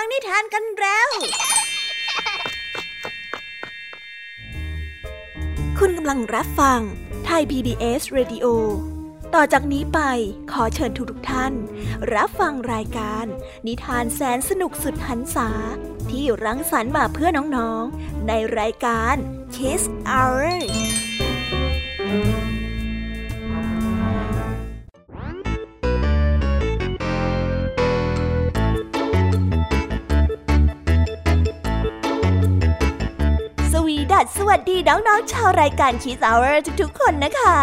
นิทานกันแล้วคุณกำลังรับฟังไทย PBS Radio ต่อจากนี้ไปขอเชิญทุกท่านรับฟังรายการนิทานแสนสนุกสุดหรรษาที่รังสรรค์มาเพื่อน้องๆในรายการ Kids Hourสวัสดีน้องๆชาวรายการ Kids Hour ทุกๆคนนะคะ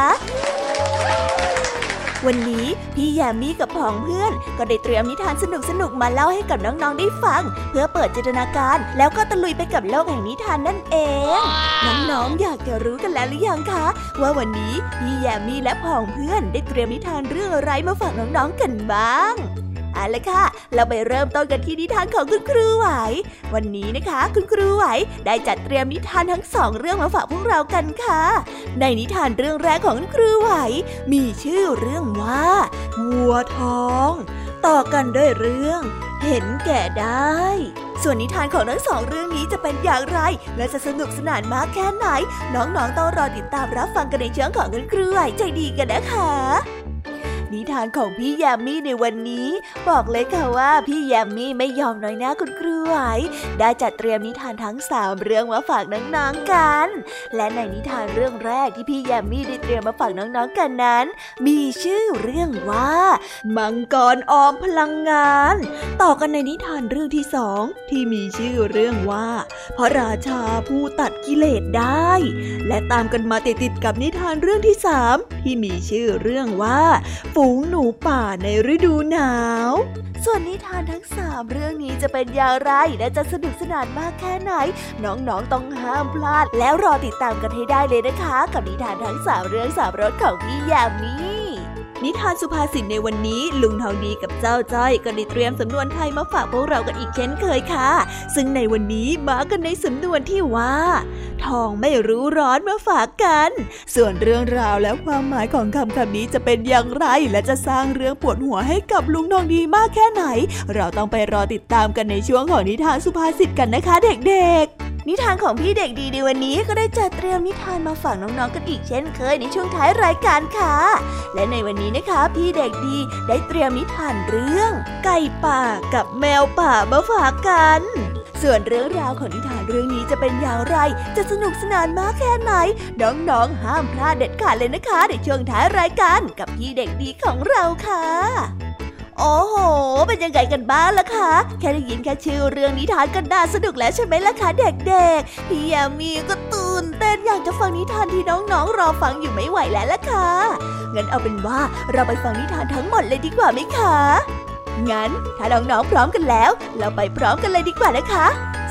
วันนี้พี่แยมมี่กับผองเพื่อนก็ได้เตรียมนิทานสนุกๆมาเล่าให้กับน้องๆได้ฟังเพื่อเปิดจินตนาการแล้วก็ตะลุยไปกับโลกแห่งนิทานนั่นเองน้องๆอยากจะรู้กันแล้วหรือยังคะว่าวันนี้พี่แยมมี่และผองเพื่อนได้เตรียมนิทานเรื่องอะไรมาฝากน้องๆกันบ้างเอาล่ะค่ะเราไปเริ่มต้นกันที่นิทานของคุณครูไหววันนี้นะคะคุณครูไหวได้จัดเตรียมนิทานทั้ง2เรื่องมาฝากพวกเรากันค่ะในนิทานเรื่องแรกของคุณครูไหวมีชื่อเรื่องว่าวัวทองต่อกันด้วยเรื่องเห็นแก่ได้ส่วนนิทานของทั้ง2เรื่องนี้จะเป็นอย่างไรและจะสนุกสนานมากแค่ไหนน้องๆต้องรอติดตามรับฟังกันในช่วงของคุณครูไหวใจดีกันนะคะนิทานของพี่แยมมี่ในวันนี้บอกเลยค่ะว่าพี่แยมมี่ไม่ยอมน้อยหน้าคุณครูไหวได้จัดเตรียมนิทานทั้ง3เรื่องมาฝากน้องๆกันและในนิทานเรื่องแรกที่พี่แยมมี่ได้เตรียมมาฝากน้องๆกันนั้นมีชื่อเรื่องว่ามังกรออมพลังงานต่อกันในนิทานเรื่องที่2ที่มีชื่อเรื่องว่าพระราชาผู้ตัดกิเลสได้และตามกันมาติดๆกับนิทานเรื่องที่3ที่มีชื่อเรื่องว่าฝูงหนูป่าในฤดูหนาวส่วนนิทานทั้ง3เรื่องนี้จะเป็นอย่างไรและจะสนุกสนานมากแค่ไหนน้องๆต้องห้ามพลาดแล้วรอติดตามกันให้ได้เลยนะคะกับนิทานทั้ง3เรื่อง3รสของพี่แยมมี่นิทานสุภาษิตในวันนี้ลุงทองดีกับเจ้าจ้อยก็ได้เตรียมสำนวนไทยมาฝากพวกเรากันอีกเช่นเคยค่ะซึ่งในวันนี้มากันในสำนวนที่ว่าทองไม่รู้ร้อนมาฝากกันส่วนเรื่องราวและความหมายของคำนี้จะเป็นอย่างไรและจะสร้างเรื่องปวดหัวให้กับลุงทองดีมากแค่ไหนเราต้องไปรอติดตามกันในช่วงของนิทานสุภาษิตกันนะคะเด็กๆนิทานของพี่เด็กดีในวันนี้ก็ได้จัดเตรียมนิทานมาฝากน้องๆกันอีกเช่นเคยในช่วงท้ายรายการค่ะและในวันนี้นะคะพี่เด็กดีได้เตรียมนิทานเรื่องไก่ป่ากับแมวป่ามาฝากกันส่วนเรื่องราวของนิทานเรื่องนี้จะเป็นอย่างไรจะสนุกสนานมากแค่ไหนน้องๆห้ามพลาดเด็ดขาดเลยนะคะในช่วงท้ายรายการกับพี่เด็กดีของเราค่ะโอ้โหเป็นยังไงกันบ้างล่ะคะแค่ได้ยินแค่ชื่อเรื่องนิทานก็น่าสนุกแล้วใช่ไหมล่ะคะเด็กๆพี่ยามีก็ตื่นเต้นอยากจะฟังนิทานที่น้องๆรอฟังอยู่ไม่ไหวแล้วล่ะค่ะงั้นเอาเป็นว่าเราไปฟังนิทานทั้งหมดเลยดีกว่าไหมคะงั้นถ้าน้องๆพร้อมกันแล้วเราไปพร้อมกันเลยดีกว่านะคะ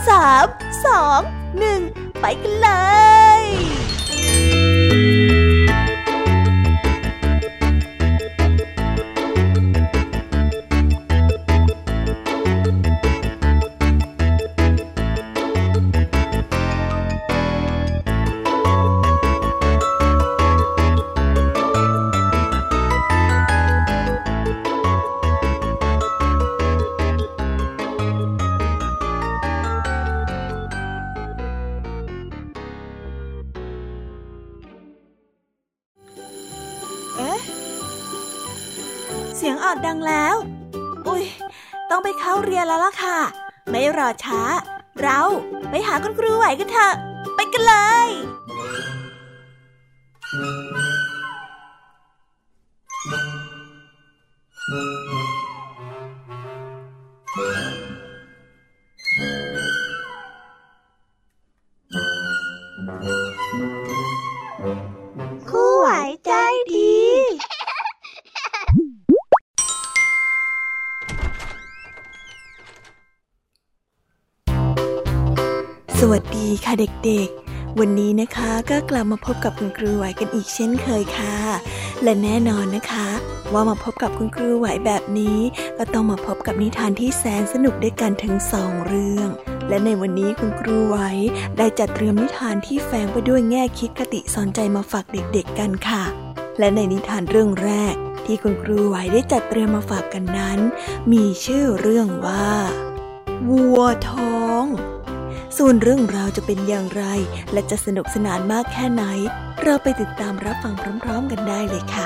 3 2 1ไปกันเลยเสียงออดดังแล้วอุ๊ยต้องไปเข้าเรียนแล้วล่ะค่ะไม่รอช้าเราไปหาคุณครูไหวกันเถอะไปกันเลยครูไหวใจดีสวัสดีค่ะเด็กๆวันนี้นะคะก็กลับมาพบกับคุณครูไหวกันอีกเช่นเคยค่ะและแน่นอนนะคะว่ามาพบกับคุณครูไหวแบบนี้ก็ต้องมาพบกับนิทานที่แสนสนุกด้วยกันถึง2เรื่องและในวันนี้คุณครูไหวได้จัดเตรียมนิทานที่แฝงไปด้วยแง่คิดคติสอนใจมาฝากเด็กๆกันค่ะและในนิทานเรื่องแรกที่คุณครูไหวได้จัดเตรียมมาฝากกันนั้นมีชื่อเรื่องว่าวัวทองส่วนเรื่องราวจะเป็นอย่างไรและจะสนุกสนานมากแค่ไหนเราไปติดตามรับฟังพร้อมๆกันได้เลยค่ะ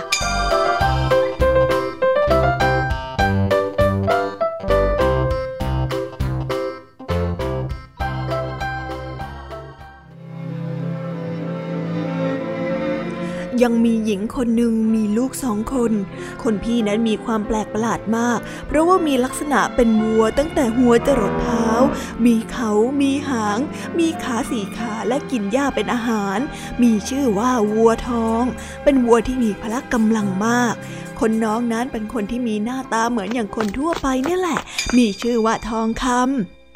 ยังมีหญิงคนหนึ่งมีลูก2 คนคนพี่นั้นมีความแปลกประหลาดมากเพราะว่ามีลักษณะเป็นวัวตั้งแต่หัวจรดเท้ามีเขามีหางมีขา4 ขาและกินหญ้าเป็นอาหารมีชื่อว่าวัวทองเป็นวัวที่มีพละกำลังมากคนน้องนั้นเป็นคนที่มีหน้าตาเหมือนอย่างคนทั่วไปนี่แหละมีชื่อว่าทองคำ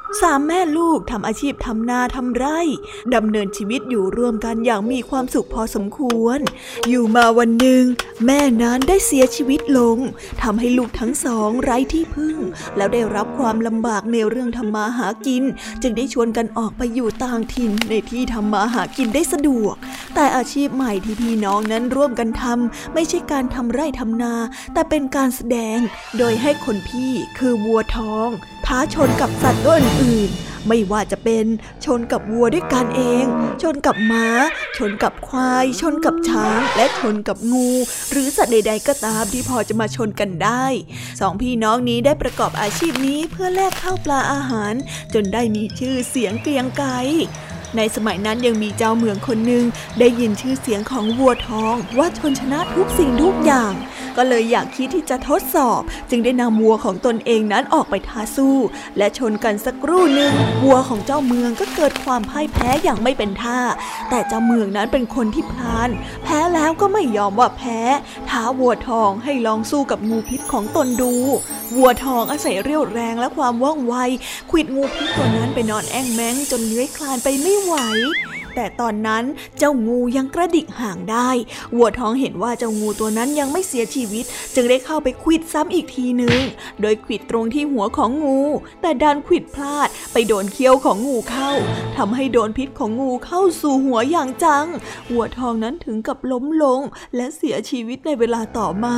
3 แม่ลูกทำอาชีพทำนาทำไร่ดำเนินชีวิตอยู่ร่วมกันอย่างมีความสุขพอสมควรอยู่มาวันหนึ่งแม่นั้นได้เสียชีวิตลงทำให้ลูกทั้ง2ไร้ที่พึ่งแล้วได้รับความลำบากในเรื่องทำมาหากินจึงได้ชวนกันออกไปอยู่ต่างถิ่นในที่ทำมาหากินได้สะดวกแต่อาชีพใหม่ที่พี่น้องนั้นร่วมกันทำไม่ใช่การทำไร่ทำนาแต่เป็นการแสดงโดยให้คนพี่คือวัวทองท้าชนกับสัตว์ตัวอื่นๆไม่ว่าจะเป็นชนกับวัวด้วยกันเองชนกับม้าชนกับควายชนกับช้างและชนกับงูหรือสัตว์ใดๆก็ตามที่พอจะมาชนกันได้2 พี่น้องนี้ได้ประกอบอาชีพนี้เพื่อแลกข้าวปลาอาหารจนได้มีชื่อเสียงเกรียงไกรในสมัยนั้นยังมีเจ้าเมืองคนหนึ่งได้ยินชื่อเสียงของวัวทองว่าชนชนะทุกสิ่งทุกอย่างก็เลยอยากคิดที่จะทดสอบจึงได้นำวัวของตนเองนั้นออกไปท้าสู้และชนกันสักครู่หนึ่งวัวของเจ้าเมืองก็เกิดความพ่ายแพ้อย่างไม่เป็นท่าแต่เจ้าเมืองนั้นเป็นคนที่พลานแพ้แล้วก็ไม่ยอมว่าแพ้ท้าวัวทองให้ลองสู้กับงูพิษของตนดูวัวทองอาศัยเรี่ยวแรงและความว่องไวขวิดงูพิษตัวนั้นไปนอนแอ่งแม้งจนเลื้อยคลานไปไม่ไหวแต่ตอนนั้นเจ้างูยังกระดิกหางได้วัวทองเห็นว่าเจ้างูตัวนั้นยังไม่เสียชีวิตจึงได้เข้าไปขวิดซ้ำอีกทีนึงโดยขวิดตรงที่หัวของงูแต่ดันขวิดพลาดไปโดนเขี้ยวของงูเข้าทำให้โดนพิษของงูเข้าสู่หัวอย่างจังวัวทองนั้นถึงกับล้มลงและเสียชีวิตในเวลาต่อมา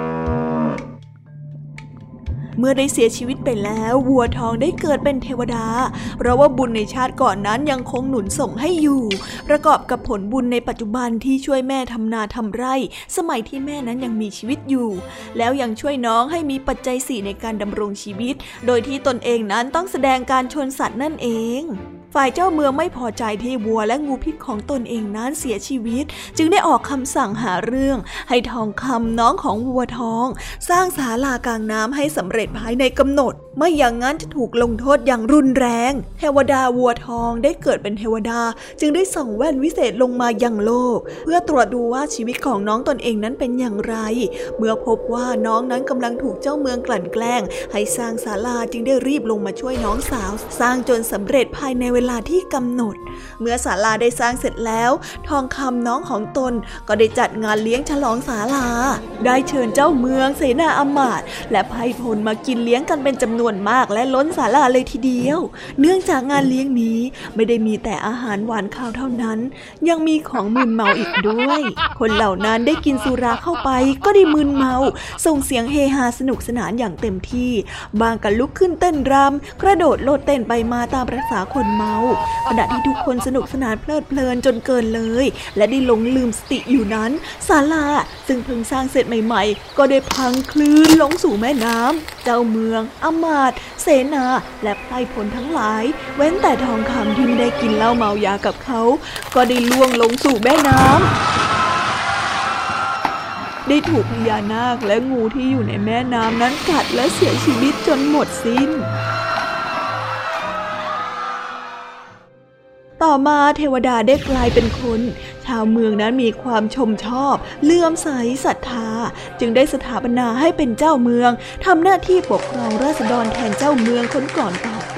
เมื่อได้เสียชีวิตไปแล้ววัวทองได้เกิดเป็นเทวดาเพราะว่าบุญในชาติก่อนนั้นยังคงหนุนส่งให้อยู่ประกอบกับผลบุญในปัจจุบันที่ช่วยแม่ทำนาทำไร่สมัยที่แม่นั้นยังมีชีวิตอยู่แล้วยังช่วยน้องให้มีปัจจัย4ในการดำรงชีวิตโดยที่ตนเองนั้นต้องแสดงการชนสัตว์นั่นเองฝ่ายเจ้าเมืองไม่พอใจที่วัวและงูพิษของตนเองนั้นเสียชีวิตจึงได้ออกคำสั่งหาเรื่องให้ทองคำน้องของวัวทองสร้างศาลากลางน้ำให้สำเร็จภายในกำหนดไม่อย่างนั้นจะถูกลงโทษอย่างรุนแรงเทวดาวัวทองได้เกิดเป็นเทวดาจึงได้ส่องแว่นวิเศษลงมายังโลกเพื่อตรวจดูว่าชีวิตของน้องตนเองนั้นเป็นอย่างไรเมื่อพบว่าน้องนั้นกำลังถูกเจ้าเมืองกลั่นแกล้งให้สร้างศาลาจึงได้รีบลงมาช่วยน้องสาวสร้างจนสำเร็จภายในเวลาที่กำหนดเมื่อศาลาได้สร้างเสร็จแล้วทองคำน้องของตนก็ได้จัดงานเลี้ยงฉลองศาลาได้เชิญเจ้าเมืองเสนาอมาตย์และไพร่พลมากินเลี้ยงกันเป็นจำนวนมากและล้นศาลาเลยทีเดียวเนื่องจากงานเลี้ยงนี้ไม่ได้มีแต่อาหารหวานข้าวเท่านั้นยังมีของมึนเมาอีกด้วยคนเหล่านั้นได้กินสุราเข้าไปก็ได้มึนเมาส่งเสียงเฮฮาสนุกสนานอย่างเต็มที่บางก็ลุกขึ้นเต้นรำกระโดดโลดเต้นไปมาตามประสาคนเมาขณะที่ทุกคนสนุกสนานเพลิดเพลินจนเกินเลยและได้หลงลืมสติอยู่นั้นศาลาซึ่งเพิ่งสร้างเสร็จใหม่ๆก็ได้พังคลื่นลงสู่แม่น้ำเจ้าเมืองอมาตย์เสนาและไพร่พลทั้งหลายเว้นแต่ทองคำที่ไม่ได้กินเหล้าเมายากับเขาก็ได้ล่วงลงสู่แม่น้ำได้ถูกพญานาคและงูที่อยู่ในแม่น้ำนั้นกัดและเสียชีวิตจนหมดสิ้นต่อมาเทวดาได้กลายเป็นคนชาวเมืองนั้นมีความชมชอบเลื่อมใสศรัทธาจึงได้สถาปนาให้เป็นเจ้าเมืองทำหน้าที่ปกครองราษฎรแทนเจ้าเมืองคนก่อนต่อไป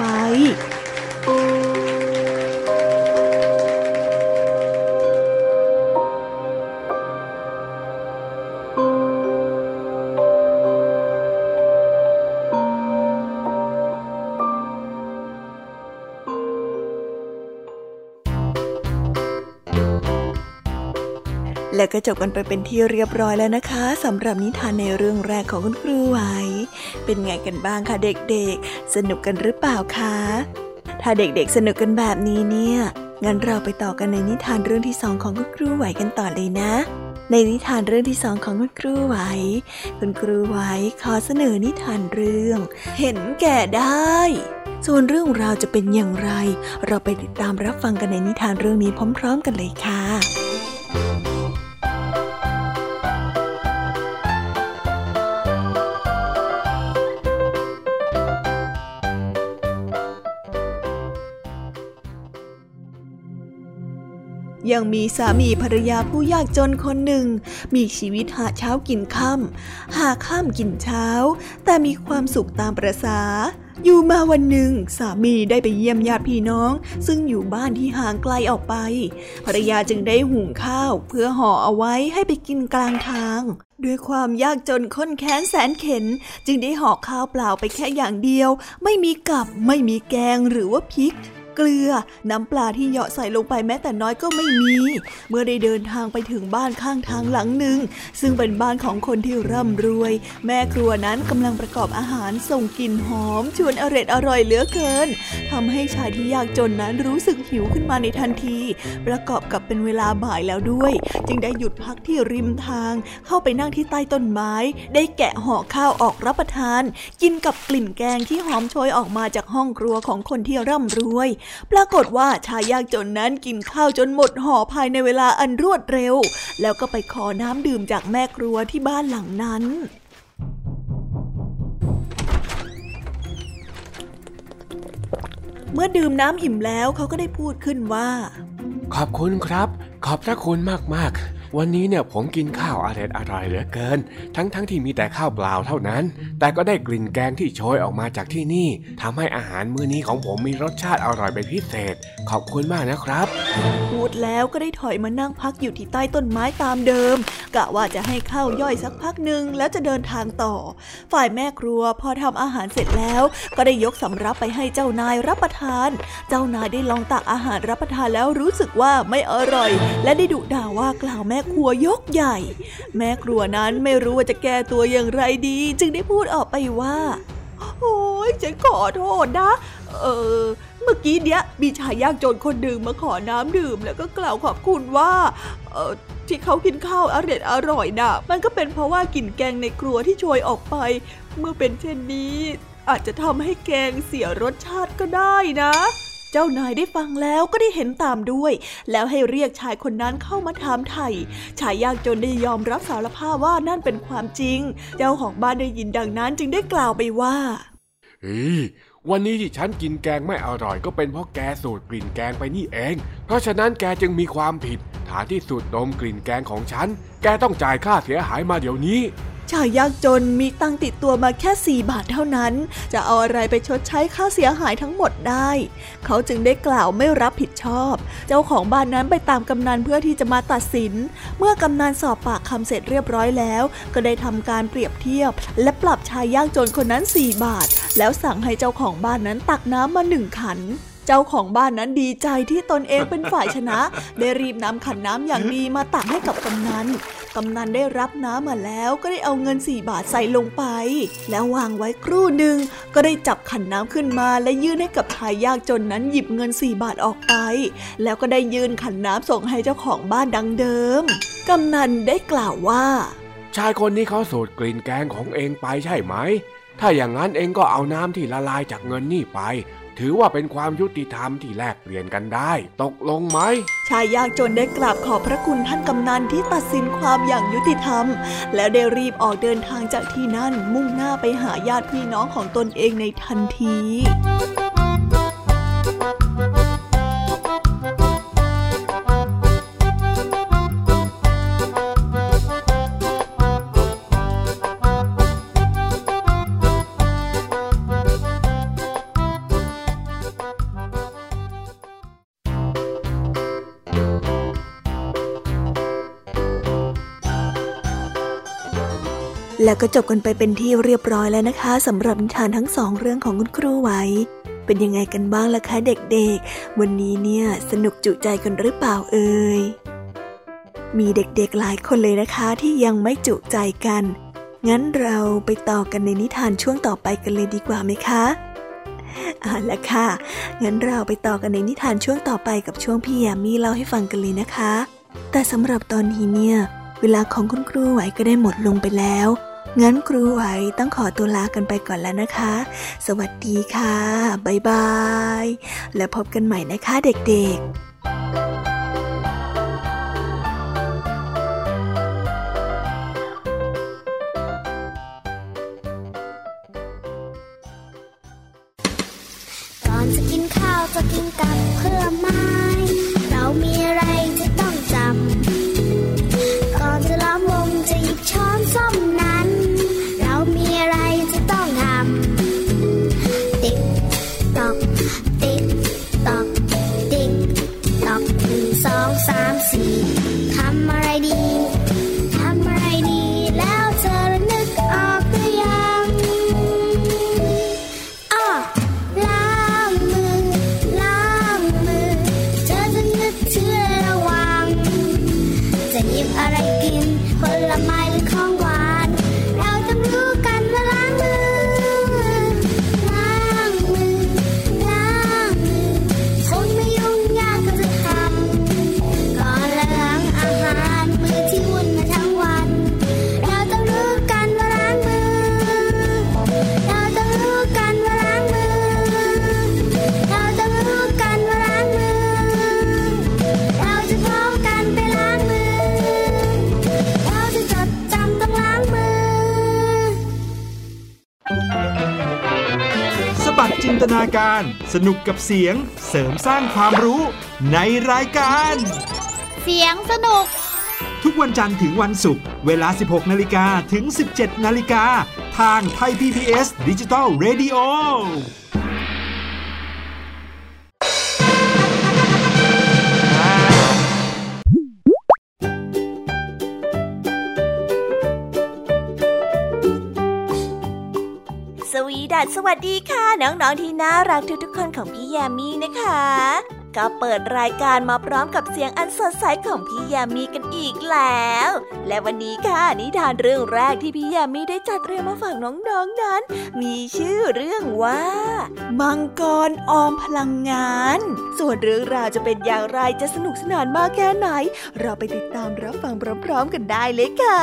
แล้วก็จบกันไปเป็นที่เรียบร้อยแล้วนะคะสำหรับนิทานในเรื่องแรกของคุณครูไหวเป็นไงกันบ้างคะเด็กๆสนุกกันหรือเปล่าคะถ้าเด็กๆสนุกกันแบบนี้เนี่ยงั้นเราไปต่อกันในนิทานเรื่องที่สองของคุณครูไหวกันต่อเลยนะในนิทานเรื่องที่สองของคุณครูไหวคุณครูไหวขอเสนอนิทานเรื่องเห็นแก่ได้ส่วนเรื่องราวจะเป็นอย่างไรเราไปติดตามรับฟังกันในนิทานเรื่องนี้พร้อมๆกันเลยค่ะยังมีสามีภรรยาผู้ยากจนคนหนึ่งมีชีวิตหาเช้ากินค่ำหาค่ำกินเช้าแต่มีความสุขตามประสาอยู่มาวันหนึ่งสามีได้ไปเยี่ยมญาติพี่น้องซึ่งอยู่บ้านที่ห่างไกลออกไปภรรยาจึงได้หุงข้าวเพื่อห่อเอาไว้ให้ไปกินกลางทางด้วยความยากจนข้นแค้นแสนเข็ญจึงได้ห่อข้าวเปล่าไปแค่อย่างเดียวไม่มีกับไม่มีแกงหรือว่าพริกเกลือน้ำปลาที่เหยาะใส่ลงไปแม้แต่น้อยก็ไม่มีเมื่อได้เดินทางไปถึงบ้านข้างทางหลังหนึ่งซึ่งเป็นบ้านของคนที่ร่ำรวยแม่ครัวนั้นกำลังประกอบอาหารส่งกลิ่นหอมชวนอร่อยเหลือเกินทำให้ชายที่ยากจนนั้นรู้สึกหิวขึ้นมาในทันทีประกอบกับเป็นเวลาบ่ายแล้วด้วยจึงได้หยุดพักที่ริมทางเข้าไปนั่งที่ใต้ต้นไม้ได้แกะห่อข้าวออกรับประทานกินกับกลิ่นแกงที่หอมโชยออกมาจากห้องครัวของคนที่ร่ำรวยปรากฏว่าชายยากจนนั้นกินข้าวจนหมดห่อภายในเวลาอันรวดเร็วแล้วก็ไปขอน้ำดื่มจากแม่ครัวที่บ้านหลังนั้นเมื่อดื่มน้ำอิ่มแล้วเขาก็ได้พูดขึ้นว่าขอบคุณครับขอบพระคุณมากๆวันนี้เนี่ยผมกินข้าวอร่อยเหลือเกินทั้งที่มีแต่ข้าวเปล่าเท่านั้นแต่ก็ได้กลิ่นแกงที่โชยออกมาจากที่นี่ทำให้อาหารมื้อนี้ของผมมีรสชาติอร่อยเป็นพิเศษขอบคุณมากนะครับพูดแล้วก็ได้ถอยมานั่งพักอยู่ที่ใต้ต้นไม้ตามเดิมกะว่าจะให้ข้าวย่อยสักพักนึงแล้วจะเดินทางต่อฝ่ายแม่ครัวพอทำอาหารเสร็จแล้วก็ได้ยกสำรับไปให้เจ้านายรับประทานเจ้านายได้ลองตักอาหารรับประทานแล้วรู้สึกว่าไม่อร่อยและได้ดุด่าว่ากล่าวแม่ครัวยกใหญ่แม่ครัวนั้นไม่รู้ว่าจะแก้ตัวอย่างไรดีจึงได้พูดออกไปว่าโอ้ยฉันขอโทษนะเมื่อกี้เนี้ยมีชายยากจนคนหนึ่งมาขอน้ำดื่มแล้วก็กล่าวขอบคุณว่าที่เขากินข้าวอร่อยนะมันก็เป็นเพราะว่ากลิ่นแกงในครัวที่โชยออกไปเมื่อเป็นเช่นนี้อาจจะทำให้แกงเสียรสชาติก็ได้นะเจ้านายได้ฟังแล้วก็ได้เห็นตามด้วยแล้วให้เรียกชายคนนั้นเข้ามาถามไถ่ชายยากจนได้ยอมรับสารภาพว่านั่นเป็นความจริงเจ้าของบ้านได้ยินดังนั้นจึงได้กล่าวไปว่าวันนี้ที่ฉันกินแกงไม่อร่อยก็เป็นเพราะแกสูดกลิ่นแกงไปนี่เองเพราะฉะนั้นแกจึงมีความผิดฐานที่สูดดมกลิ่นแกงของฉันแกต้องจ่ายค่าเสียหายมาเดี๋ยวนี้ชายยากจนมีตังค์ติดตัวมาแค่4 บาทเท่านั้นจะเอาอะไรไปชดใช้ค่าเสียหายทั้งหมดได้เขาจึงได้กล่าวไม่รับผิดชอบเจ้าของบ้านนั้นไปตามกำนันเพื่อที่จะมาตัดสินเมื่อกำนันสอบปากคำเสร็จเรียบร้อยแล้วก็ได้ทำการเปรียบเทียบและปรับชายยากจนคนนั้น4 บาทแล้วสั่งให้เจ้าของบ้านนั้นตักน้ำมา1 ขันเจ้าของบ้านนั้นดีใจที่ตนเองเป็นฝ่ายชนะได้รีบนำขันน้ำอย่างดีมาตักให้กับกำนันได้รับน้ำมาแล้วก็ได้เอาเงิน4 บาทใส่ลงไปแล้ววางไว้ครู่หนึ่งก็ได้จับขันน้ำขึ้นมาและยื่นให้กับชายยากจนนั้นหยิบเงิน4 บาทออกไปแล้วก็ได้ยื่นขันน้ำส่งให้เจ้าของบ้านดังเดิมกำนันได้กล่าวว่าชายคนนี้เขาสูดกลิ่นแกงของเองไปใช่ไหมถ้าอย่างนั้นเองก็เอาน้ำที่ละลายจากเงินนี่ไปถือว่าเป็นความยุติธรรมที่แลกเปลี่ยนกันได้ตกลงไหมชายยากจนได้กราบขอบพระคุณท่านกำนันที่ตัดสินความอย่างยุติธรรมแล้วได้รีบออกเดินทางจากที่นั่นมุ่งหน้าไปหาญาติพี่น้องของตนเองในทันที แล้วก็จบกันไปเป็นที่เรียบร้อยแล้วนะคะสำหรับนิทานทั้งสองเรื่องของคุณครูไหวเป็นยังไงกันบ้างล่ะคะเด็กๆวันนี้เนี่ยสนุกจุใจกันหรือเปล่าเอ่ยมีเด็กๆหลายคนเลยนะคะที่ยังไม่จุใจกันงั้นเราไปต่อกันในนิทานช่วงต่อไปกันเลยดีกว่าไหมคะเอาล่ะค่ะงั้นเราไปต่อกันในนิทานช่วงต่อไปกับช่วงพี่ยามีเล่าให้ฟังกันเลยนะคะแต่สำหรับตอนนี้เนี่ยเวลาของคุณครูไหวก็ได้หมดลงไปแล้วงั้นครูไหวต้องขอตัวลากันไปก่อนแล้วนะคะสวัสดีค่ะบ๊ายบายและพบกันใหม่นะคะเด็กๆจะกินข้าวจะกินกับเพื่อไม้เรามีอะไรจะต้องจำก่อนจะล้อมวงจะหยิบช้อนส้อมนั้นเรามีอะไรจะต้องทำติ๊กตอกติ๊กตอกติ๊กตอก1 2 3 4ทำอะไรดีทำอะไรดีแล้วเธอนึกออกหรือยังอะไรกินผลไม้หรือของหวานเราต้องรู้กันว่าล้างมือล้างมือล้างมือคงไม่ยุ่งยากก็จะทำก่อนล้างอาหารมือที่วุ่นมาทั้งวันเราต้องรู้กันว่าล้างมือเราต้องรู้กันว่าล้างมือเราต้องรู้กันว่าล้างมือเราจะพร้อมกันไปล้างมือสบัดจินตนาการสนุกกับเสียงเสริมสร้างความรู้ในรายการเสียงสนุกทุกวันจันทร์ถึงวันศุกร์เวลา 16:00 นถึง 17:00 นทางไทย PBS Digital Radio สวัสดีค่ะน้องๆที่น่ารักทุกๆคนของพี่ยามีนะคะก็เปิดรายการมาพร้อมกับเสียงอันสดใสของพี่ยามีกันอีกแล้วและวันนี้ค่ะนิทานเรื่องแรกที่พี่ยามีได้จัดเตรียมมาฝากน้องๆนั้นมีชื่อเรื่องว่ามังกรออมพลังงานส่วนเรื่องราวจะเป็นอย่างไรจะสนุกสนานมากแค่ไหนเราไปติดตามรับฟังพร้อมๆกันได้เลยค่ะ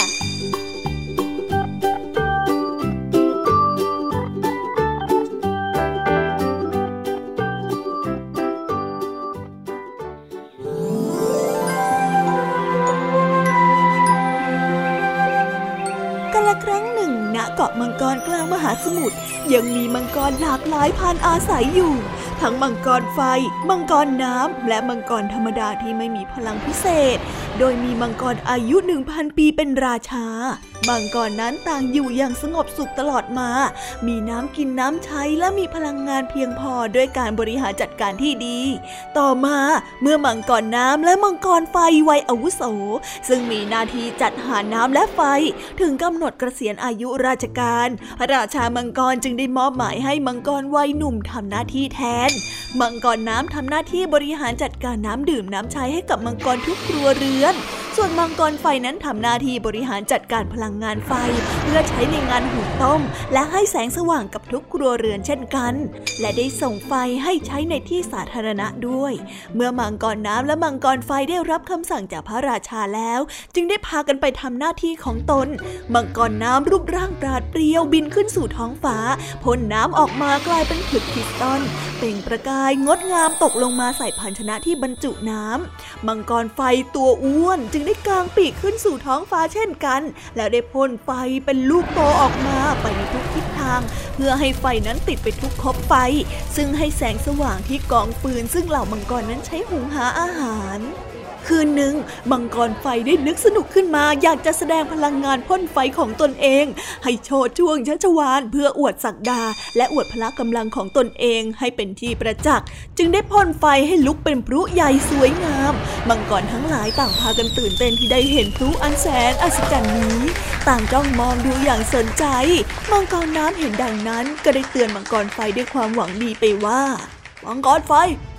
เกาะมังกรกลางมหาสมุทรยังมีมังกรหลากหลายพันอาศัยอยู่ทั้งมังกรไฟมังกรน้ำและมังกรธรรมดาที่ไม่มีพลังพิเศษโดยมีมังกรอายุ 1,000 ปีเป็นราชามังกรนั้นต่างอยู่อย่างสงบสุขตลอดมามีน้ำกินน้ำใช้และมีพลังงานเพียงพอด้วยการบริหารจัดการที่ดีต่อมาเมื่อมังกรน้ำและมังกรไฟวัยอาวุโสซึ่งมีหน้าที่จัดหาน้ำและไฟถึงกำหนดเกษียณอายุราชการพระราชามังกรจึงได้มอบหมายให้มังกรวัยหนุ่มทำหน้าที่แทนมังกรน้ำทำหน้าที่บริหารจัดการน้ำดื่มน้ำใช้ให้กับมังกรทุกครัวเรือนส่วนมังกรไฟนั้นทำหน้าที่บริหารจัดการพลังงานไฟเพื่อใช้ในงานหุงต้มและให้แสงสว่างกับทุกครัวเรือนเช่นกันและได้ส่งไฟให้ใช้ในที่สาธารณะด้วยเมื่อมังกรน้ำและมังกรไฟได้รับคำสั่งจากพระราชาแล้วจึงได้พากันไปทำหน้าที่ของตนมังกรน้ำรูปร่างปราดเปรียวบินขึ้นสู่ท้องฟ้าพ่นน้ำออกมากลายเป็นผึกคริสตัลเปล่งประกายงดงามตกลงมาใส่ภาชนะที่บรรจุน้ำมังกรไฟตัวอ้วนจึงได้กางปีกขึ้นสู่ท้องฟ้าเช่นกันแล้วได้พ่นไฟเป็นลูกโตออกมาไปในทุกทิศทางเพื่อให้ไฟนั้นติดไปทุกคบไฟซึ่งให้แสงสว่างที่กองฟืนซึ่งเหล่ามังกรนั้นใช้หุงหาอาหารคืนหนึ่งมังกรไฟได้นึกสนุกขึ้นมาอยากจะแสดงพลังงานพ่นไฟของตนเองให้โชว์ช่วงชัชวาลเพื่ออวดศักดาและอวดพละกำลังของตนเองให้เป็นที่ประจักษ์จึงได้พ่นไฟให้ลุกเป็นพลุใหญ่สวยงามมังกรทั้งหลายต่างพากันตื่นเต้นที่ได้เห็นพลุอันแสนอัศจรรย์นี้ต่างจ้องมองดูอย่างสนใจมังกรน้ำเห็นดังนั้นก็ได้เตือนมังกรไฟด้วยความหวังดีไปว่ามังกรไฟ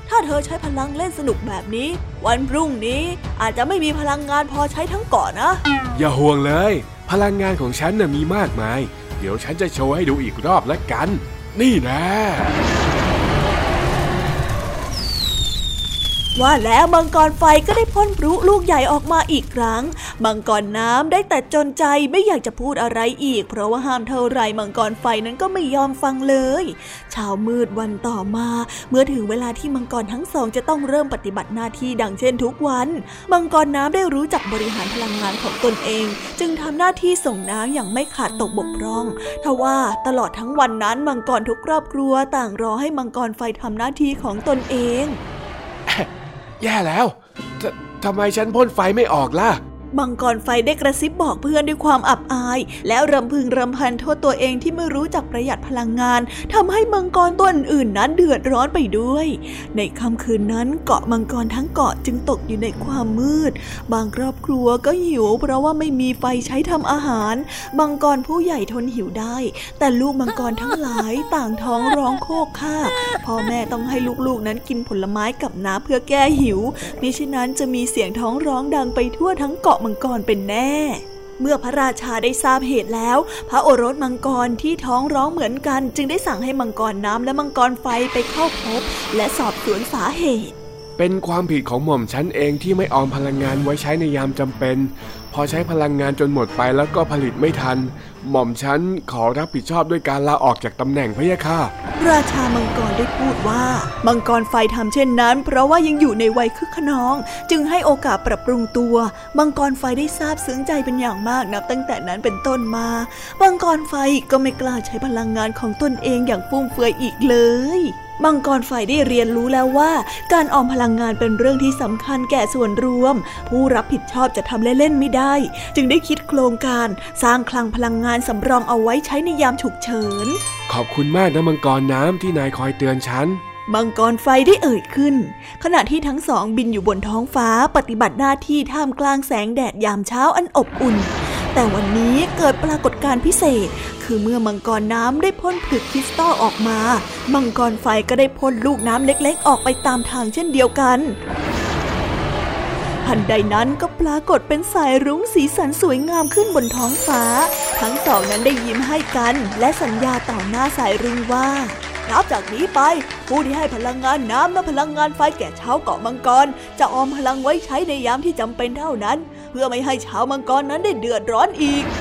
ถ้าเธอใช้พลังเล่นสนุกแบบนี้วันพรุ่งนี้อาจจะไม่มีพลังงานพอใช้ทั้งเกาะนะอย่าห่วงเลยพลังงานของฉันน่ะมีมากมายเดี๋ยวฉันจะโชว์ให้ดูอีกรอบละกันนี่นะว่าแล้วมังกรไฟก็ได้พ่นพลุลูกใหญ่ออกมาอีกครั้งมังกรน้ำได้แต่จนใจไม่อยากจะพูดอะไรอีกเพราะว่าห้ามเท่าไรมังกรไฟนั้นก็ไม่ยอมฟังเลยเช้ามืดวันต่อมาเมื่อถึงเวลาที่มังกรทั้งสองจะต้องเริ่มปฏิบัติหน้าที่ดังเช่นทุกวันมังกรน้ำได้รู้จักบริหารพลังงานของตนเองจึงทำหน้าที่ส่งน้ำอย่างไม่ขาดตกบกพร่องทว่าตลอดทั้งวันนั้นมังกรทุกครอบครัวต่างรอให้มังกรไฟทำหน้าที่ของตนเองแย่แล้วทำไมฉันพ่นไฟไม่ออกล่ะมังกรไฟได้กระซิบบอกเพื่อนด้วยความอับอายแล้วรำพึงรำพันโทษตัวเองที่ไม่รู้จักประหยัดพลังงานทำให้มังกรตัวอื่นๆนั้นเดือดร้อนไปด้วยในค่ำคืนนั้นเกาะมังกรทั้งเกาะจึงตกอยู่ในความมืดบางครอบครัวก็หิวเพราะว่าไม่มีไฟใช้ทำอาหารมังกรผู้ใหญ่ทนหิวได้แต่ลูกมังกรทั้งหลายต่างท้องร้องโคกคากพ่อแม่ต้องให้ลูกๆนั้นกินผลไม้กับน้ำเพื่อแก้หิวมิฉะนั้นจะมีเสียงท้องร้องดังไปทั่วทั้งเกาะมังกรเป็นแน่เมื่อพระราชาได้ทราบเหตุแล้วพระโอรสมังกรที่ท้องร้องเหมือนกันจึงได้สั่งให้มังกรน้ำและมังกรไฟไปเข้าพบและสอบสวนสาเหตุเป็นความผิดของหม่อมฉันเองที่ไม่ออมพลังงานไว้ใช้ในยามจำเป็นพอใช้พลังงานจนหมดไปแล้วก็ผลิตไม่ทันหม่อมฉันขอรับผิดชอบด้วยการลาออกจากตำแหน่งพะยะค่ะราชามังกรได้พูดว่ามังกรไฟทำเช่นนั้นเพราะว่ายังอยู่ในวัยคึกคะนองจึงให้โอกาสปรับปรุงตัวมังกรไฟได้ซาบซึ้งใจเป็นอย่างมากนับตั้งแต่นั้นเป็นต้นมามังกรไฟก็ไม่กล้าใช้พลังงานของตนเองอย่างฟุ่มเฟือยอีกเลยมังกรไฟได้เรียนรู้แล้วว่าการออมพลังงานเป็นเรื่องที่สำคัญแก่ส่วนรวมผู้รับผิดชอบจะทำเล่นๆไม่ได้จึงได้คิดโครงการสร้างคลังพลังงานสำรองเอาไว้ใช้ในยามฉุกเฉินขอบคุณมากนะมังกรน้ำที่นายคอยเตือนฉันมังกรไฟได้เอ่ยขึ้นขณะที่ทั้งสองบินอยู่บนท้องฟ้าปฏิบัติหน้าที่ท่ามกลางแสงแดดยามเช้าอันอบอุ่นแต่วันนี้เกิดปรากฏการณ์พิเศษคือเมื่อมังกรน้ำได้พ่นผลึกคริสตัลออกมามังกรไฟก็ได้พ่นลูกน้ำเล็กๆออกไปตามทางเช่นเดียวกันทันใดนั้นก็ปรากฏเป็นสายรุ้งสีสันสวยงามขึ้นบนท้องฟ้าทั้งสองนั้นได้ยิ้มให้กันและสัญญาต่อหน้าสายรุ้งว่านับจากนี้ไปผู้ที่ให้พลังงานน้ำและพลังงานไฟแก่ชาวเกาะมังกรจะออมพลังไว้ใช้ในยามที่จำเป็นเท่านั้นเพื่อไม่ให้ชาวมังกรนั้นได้เดือดร้อนอีก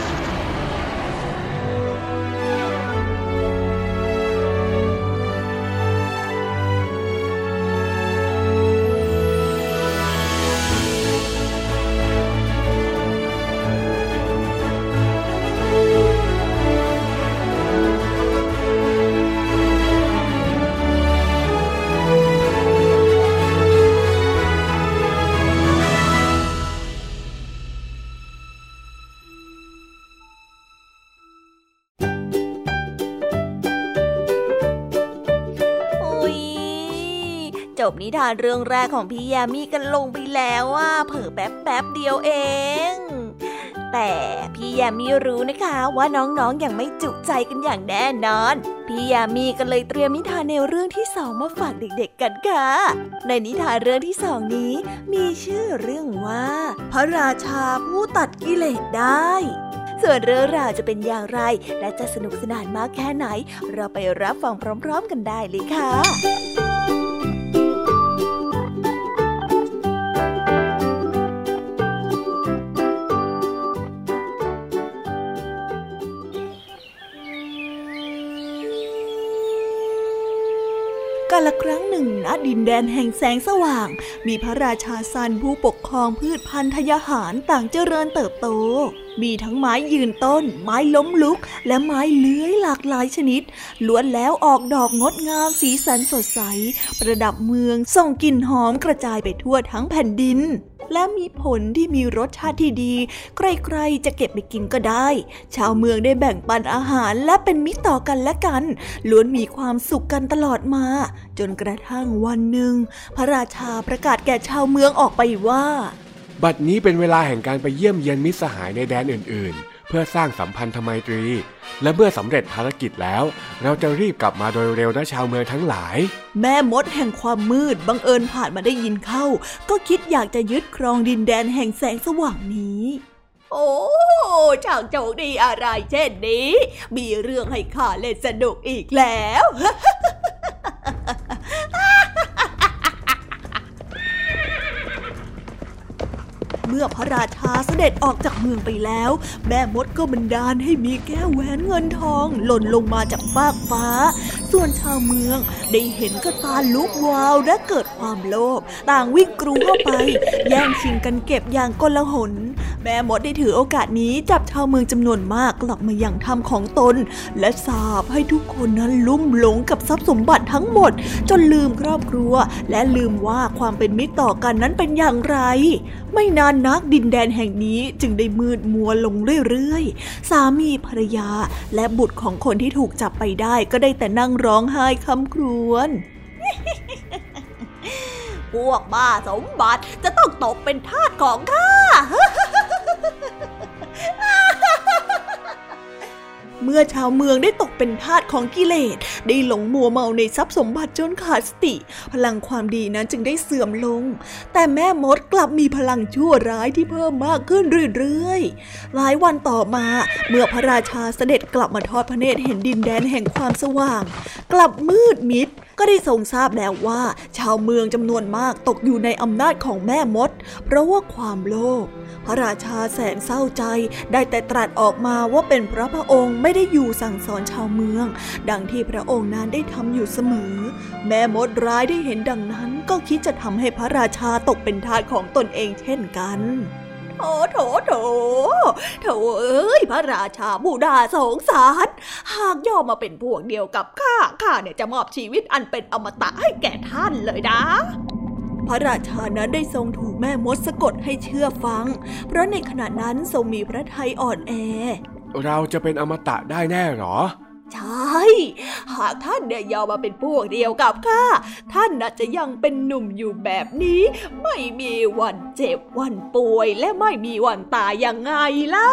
จบนิทานเรื่องแรกของพี่ยามีกันลงไปแล้วว่าเผลอแป๊บเดียวเองแต่พี่ยามีรู้นะคะว่าน้องๆยังไม่จุใจกันอย่างแน่นอนพี่ยามีก็เลยเตรียมนิทานแนวเรื่องที่สองมาฝากเด็กๆกันค่ะในนิทานเรื่องที่สองนี้มีชื่อเรื่องว่าพระราชาผู้ตัดกิเลสได้ส่วนเรื่องราวจะเป็นอย่างไรและจะสนุกสนานมากแค่ไหนเราไปรับฟังพร้อมๆกันได้เลยค่ะกาลครั้งหนึ่งณดินแดนแห่งแสงสว่างมีพระราชาซันผู้ปกครองพืชพันธุ์ธัญญาหารต่างเจริญเติบโตมีทั้งไม้ยืนต้นไม้ล้มลุกและไม้เลื้อยหลากหลายชนิดล้วนแล้วออกดอกงดงามสีสันสดใสประดับเมืองส่งกลิ่นหอมกระจายไปทั่วทั้งแผ่นดินและมีผลที่มีรสชาติที่ดีใครๆจะเก็บไปกินก็ได้ชาวเมืองได้แบ่งปันอาหารและเป็นมิตรต่อกันและกันล้วนมีความสุขกันตลอดมาจนกระทั่งวันหนึ่งพระราชาประกาศแก่ชาวเมืองออกไปว่าบัดนี้เป็นเวลาแห่งการไปเยี่ยมเยียนมิตรสหายในแดนอื่นๆเพื่อสร้างสัมพันธไมตรีและเมื่อสำเร็จภารกิจแล้วเราจะรีบกลับมาโดยเร็วนะชาวเมืองทั้งหลายแม่มดแห่งความมืดบังเอิญผ่านมาได้ยินเข้าก็คิดอยากจะยึดครองดินแดนแห่งแสงสว่างนี้โอ้ช่างโชคดีอะไรเช่นนี้มีเรื่องให้ข้าเล่นสนุกอีกแล้ว เมื่อพระราชาเสด็จออกจากเมืองไปแล้วแม่มดก็บันดาลให้มีแก้วแหวนเงินทองหล่นลงมาจากฟากฟ้าส่วนชาวเมืองได้เห็นก็ตาลุกวาวและเกิดความโลภต่างวิ่งกรูเข้าไปแย่งชิงกันเก็บอย่างกลหนแม่มดได้ถือโอกาสนี้จับชาวเมืองจำนวนมากกลับมายังถ้ำของตนและสาปให้ทุกคนนั้นลุ่มหลงกับทรัพย์สมบัติทั้งหมดจนลืมครอบครัวและลืมว่าความเป็นมิตรต่อกันนั้นเป็นอย่างไรไม่นานนักดินแดนแห่งนี้จึงได้มืดมัวลงเรื่อยๆสามีภรรยาและบุตรของคนที่ถูกจับไปได้ก็ได้แต่นั่งร้องไห้คำครวญ พวกบ้าสมบัติจะต้องตกเป็นทาสของข้า เมื่อชาวเมืองได้ตกเป็นทาสของกิเลสได้หลงมัวเมาในทรัพย์สมบัติจนขาดสติพลังความดีนั้นจึงได้เสื่อมลงแต่แม่มดกลับมีพลังชั่วร้ายที่เพิ่มมากขึ้นเรื่อยๆหลายวันต่อมาเมื่อพระราชาเสด็จกลับมาทอดพระเนตรเห็นดินแดนแห่งความสว่างกลับมืดมิดก็ได้ทรงทราบแล้วว่าชาวเมืองจำนวนมากตกอยู่ในอำนาจของแม่มดเพราะว่าความโลภพระราชาแสนเศร้าใจได้แต่ตรัสออกมาว่าเป็นเพราะพระองค์ไม่ได้อยู่สั่งสอนชาวเมืองดังที่พระองค์นั้นได้ทำอยู่เสมอแม่มดร้ายได้เห็นดังนั้นก็คิดจะทำให้พระราชาตกเป็นทาสของตนเองเช่นกันโถเอ้ยพระราชาผู้น่าสงสารหากย่อมาเป็นพวกเดียวกับข้าเนี่ยจะมอบชีวิตอันเป็นอมตะให้แก่ท่านเลยนะพระราชานั้นได้ทรงถูกแม่มดสะกดให้เชื่อฟังเพราะในขณะนั้นทรงมีพระทัยอ่อนแอเราจะเป็นอมตะได้แน่หรอใช่หากท่านเนี่ยยอมมาเป็นพวกเดียวกับข้าท่านน่ะจะยังเป็นหนุ่มอยู่แบบนี้ไม่มีวันเจ็บวันป่วยและไม่มีวันตายยังไงล่ะ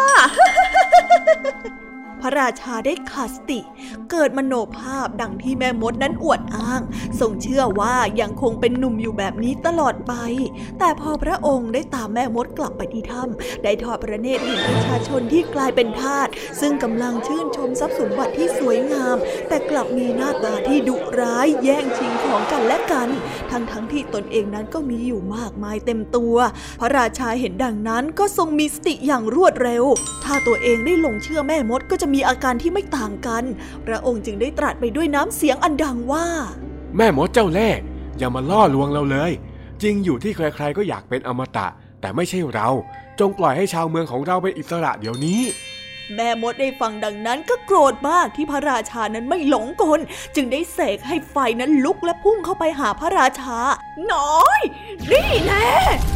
พระราชาได้ขาดสติเกิดมโนภาพดังที่แม่มดนั้นอวดอ้างทรงเชื่อว่ายังคงเป็นหนุ่มอยู่แบบนี้ตลอดไปแต่พอพระองค์ได้ตามแม่มดกลับไปที่ถ้ำได้ทอดพระเนตรเห็นประชาชนที่กลายเป็นทาสซึ่งกำลังชื่นชมทรัพย์สมบัติที่สวยงามแต่กลับมีหน้าตาที่ดุร้ายแย่งชิงของกันและกันทั้งที่ตนเองนั้นก็มีอยู่มากมายเต็มตัวพระราชาเห็นดังนั้นก็ทรงมีสติอย่างรวดเร็วถ้าตัวเองได้หลงเชื่อแม่มดก็จะมีอาการที่ไม่ต่างกันพระองค์จึงได้ตรัสไปด้วยน้ำเสียงอันดังว่าแม่มดเจ้าเล่ห์อย่ามาล่อลวงเราเลยจริงอยู่ที่ใครๆก็อยากเป็นอมตะแต่ไม่ใช่เราจงปล่อยให้ชาวเมืองของเราเป็นอิสระเดี๋ยวนี้แม่มดได้ฟังดังนั้นก็โกรธมากที่พระราชานั้นไม่หลงกลจึงได้เสกให้ไฟนั้นลุกและพุ่งเข้าไปหาพระราชาน้อยนี่แน่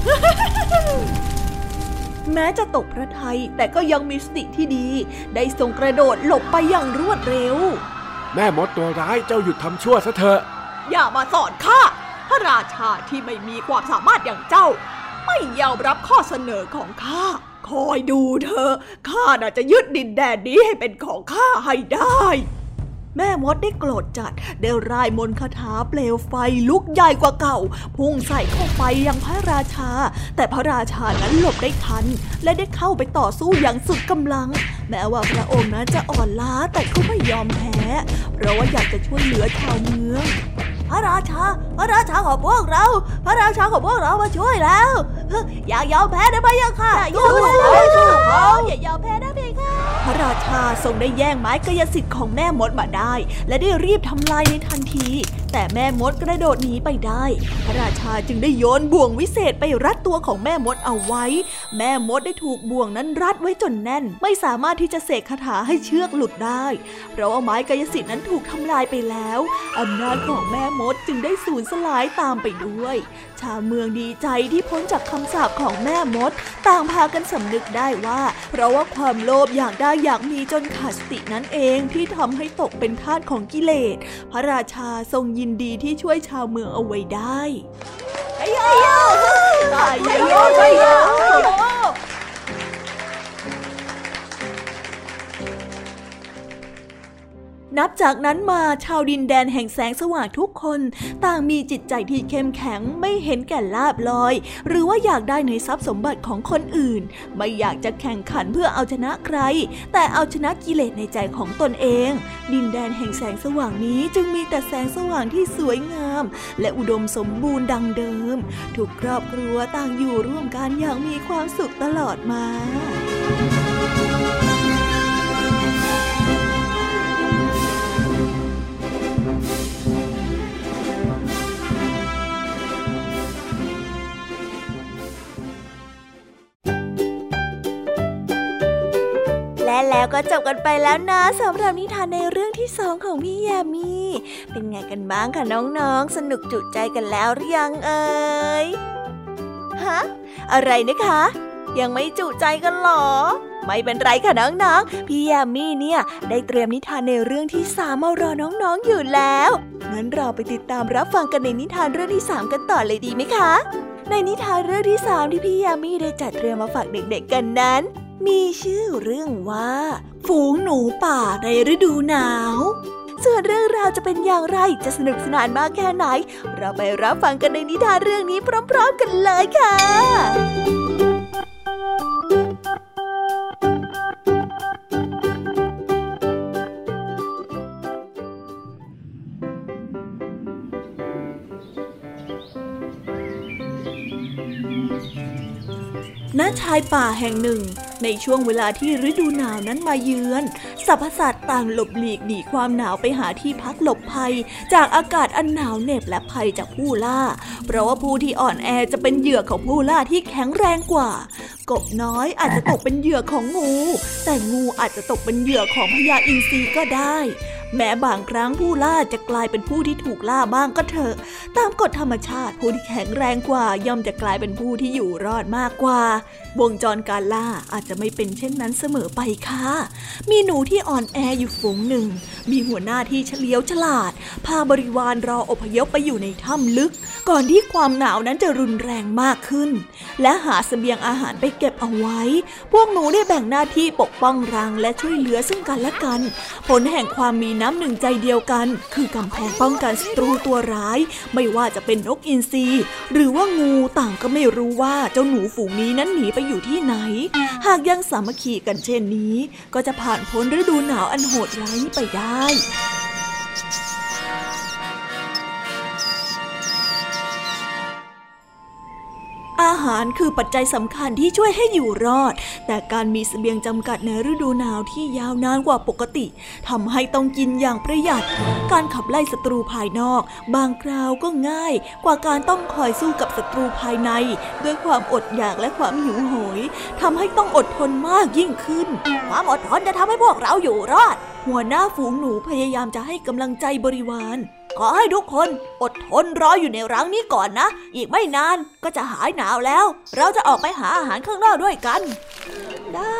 แม้จะตกพระทัยแต่ก็ยังมีสติที่ดีได้ทรงกระโดดหลบไปอย่างรวดเร็วแม่มดตัวร้ายเจ้าหยุดทำชั่วซะเถอะอย่ามาสอนข้าพระราชาที่ไม่มีความสามารถอย่างเจ้าไม่ยอมรับข้อเสนอของข้าคอยดูเถอะข้าน่ะจะยึดดินแดนนี้ให้เป็นของข้าให้ได้แม่มดได้โกรธจัดได้ร่ายมนต์คาถาเปลวไฟลุกใหญ่กว่าเก่าพุ่งใส่เข้าไปยังพระราชาแต่พระราชานั้นหลบได้ทันและได้เข้าไปต่อสู้อย่างสุดกำลังแม้ว่าพระองค์นั้นจะอ่อนล้าแต่ก็ไม่ยอมแพ้เพราะว่าอยากจะช่วยเหลือชาวเมืองพระราชาของพวกเราพระราชาของพวกเรามาช่วยแล้วอย่ายอมแพ้นะพะยะค่ะอย่ายอมแพ้นะเพคะพระราชาทรงได้แย่งไม้กายสิทธิ์ของแม่มดมาได้และได้รีบทำลายในทันทีแต่แม่มดกระโดดหนีไปได้พระราชาจึงได้โยนบ่วงวิเศษไปรัดตัวของแม่มดเอาไว้แม่มดได้ถูกบ่วงนั้นรัดไว้จนแน่นไม่สามารถที่จะเสกคาถาให้เชือกหลุดได้เพราะว่าไม้กายสิทธิ์นั้นถูกทำลายไปแล้วอำนาจของแม่มดจึงได้สูญสลายตามไปด้วยชาวเมืองดีใจที่พ้นจากคำสาปของแม่มดต่างพากันสำนึกได้ว่าเพราะว่าความโลภอยากได้อยากมีจนขาดสตินั่นเองที่ทำให้ตกเป็นทาสของกิเลสพระราชาทรงยินดีที่ช่วยชาวเมืองเอาไว้ได้นับจากนั้นมาชาวดินแดนแห่งแสงสว่างทุกคนต่างมีจิตใจที่เข้มแข็งไม่เห็นแก่ลาภลอยหรือว่าอยากได้ในทรัพย์สมบัติของคนอื่นไม่อยากจะแข่งขันเพื่อเอาชนะใครแต่เอาชนะกิเลสในใจของตนเองดินแดนแห่งแสงสว่างนี้จึงมีแต่แสงสว่างที่สวยงามและอุดมสมบูรณ์ดังเดิมทุกครอบครัวต่างอยู่ร่วมกันอย่างมีความสุขตลอดมาและแล้วก็จบกันไปแล้วนะสำหรับนิทานในเรื่องที่2ของพี่ยามีเป็นไงกันบ้างคะน้องๆสนุกจุใจกันแล้วหรือยังเอ่ยฮะอะไรนะคะยังไม่จุใจกันหรอไม่เป็นไรค่ะน้องๆพี่ยามีเนี่ยได้เตรียมนิทานในเรื่องที่3มารอน้องๆอยู่แล้วงั้นเราไปติดตามรับฟังกันในนิทานเรื่องที่3กันต่อเลยดีไหมคะในนิทานเรื่องที่3ที่พี่ยามีได้จัดเตรียมมาฝากเด็กๆกันนั้นมีชื่อเรื่องว่าฝูงหนูป่าในฤดูหนาวส่วนเรื่องราวจะเป็นอย่างไรจะสนุกสนานมากแค่ไหนเราไปรับฟังกันในนิทานเรื่องนี้พร้อมๆกันเลยค่ะณ ชายป่าแห่งหนึ่งในช่วงเวลาที่ฤดูหนาวนั้นมาเยือนสรรพสัตว์ต่างหลบหลีกหนีความหนาวไปหาที่พักหลบภัยจากอากาศอันหนาวเหน็บและภัยจากผู้ล่าเพราะว่าผู้ที่อ่อนแอจะเป็นเหยื่อของผู้ล่าที่แข็งแรงกว่ากบน้อยอาจจะตกเป็นเหยื่อของงูแต่งูอาจจะตกเป็นเหยื่อของพญาอินทรีก็ได้แม้บางครั้งผู้ล่าจะกลายเป็นผู้ที่ถูกล่าบ้างก็เถอะตามกฎธรรมชาติผู้ที่แข็งแรงกว่าย่อมจะกลายเป็นผู้ที่อยู่รอดมากกว่าวงจรการล่าอาจจะไม่เป็นเช่นนั้นเสมอไปค่ะมีหนูที่อ่อนแออยู่ฝูงหนึ่งมีหัวหน้าที่เฉลียวฉลาดพาบริวารรออพยพไปอยู่ในถ้ำลึกก่อนที่ความหนาวนั้นจะรุนแรงมากขึ้นและหาเสบียงอาหารไปเก็บเอาไว้พวกหนูได้แบ่งหน้าที่ปกป้องรังและช่วยเหลือซึ่งกันและกันผลแห่งความมีน้ำหนึ่งใจเดียวกันคือกำแพงป้องกันศัตรูตัวร้ายไม่ว่าจะเป็นนกอินทรีหรือว่างูต่างก็ไม่รู้ว่าเจ้าหนูฝูงนี้นั้นหนีไปอยู่ที่ไหนหากยังสามัคคีกันเช่นนี้ก็จะผ่านพ้นฤดูหนาวอันโหดร้ายนี้ไปได้อาหารคือปัจจัยสำคัญที่ช่วยให้อยู่รอดแต่การมีเสบียงจำกัดในฤดูหนาวที่ยาวนานกว่าปกติทำให้ต้องกินอย่างประหยัดการขับไล่ศัตรูภายนอกบางคราวก็ง่ายกว่าการต้องคอยสู้กับศัตรูภายในด้วยความอดอยากและความหิวโหยทำให้ต้องอดทนมากยิ่งขึ้นความอดทนจะทำให้พวกเราอยู่รอดหัวหน้าฝูงหนูพยายามจะให้กำลังใจบริวารขอให้ทุกคนอดทนรออยู่ในรังนี้ก่อนนะอีกไม่นานก็จะหายหนาวแล้วเราจะออกไปหาอาหารข้างนอกด้วยกันได้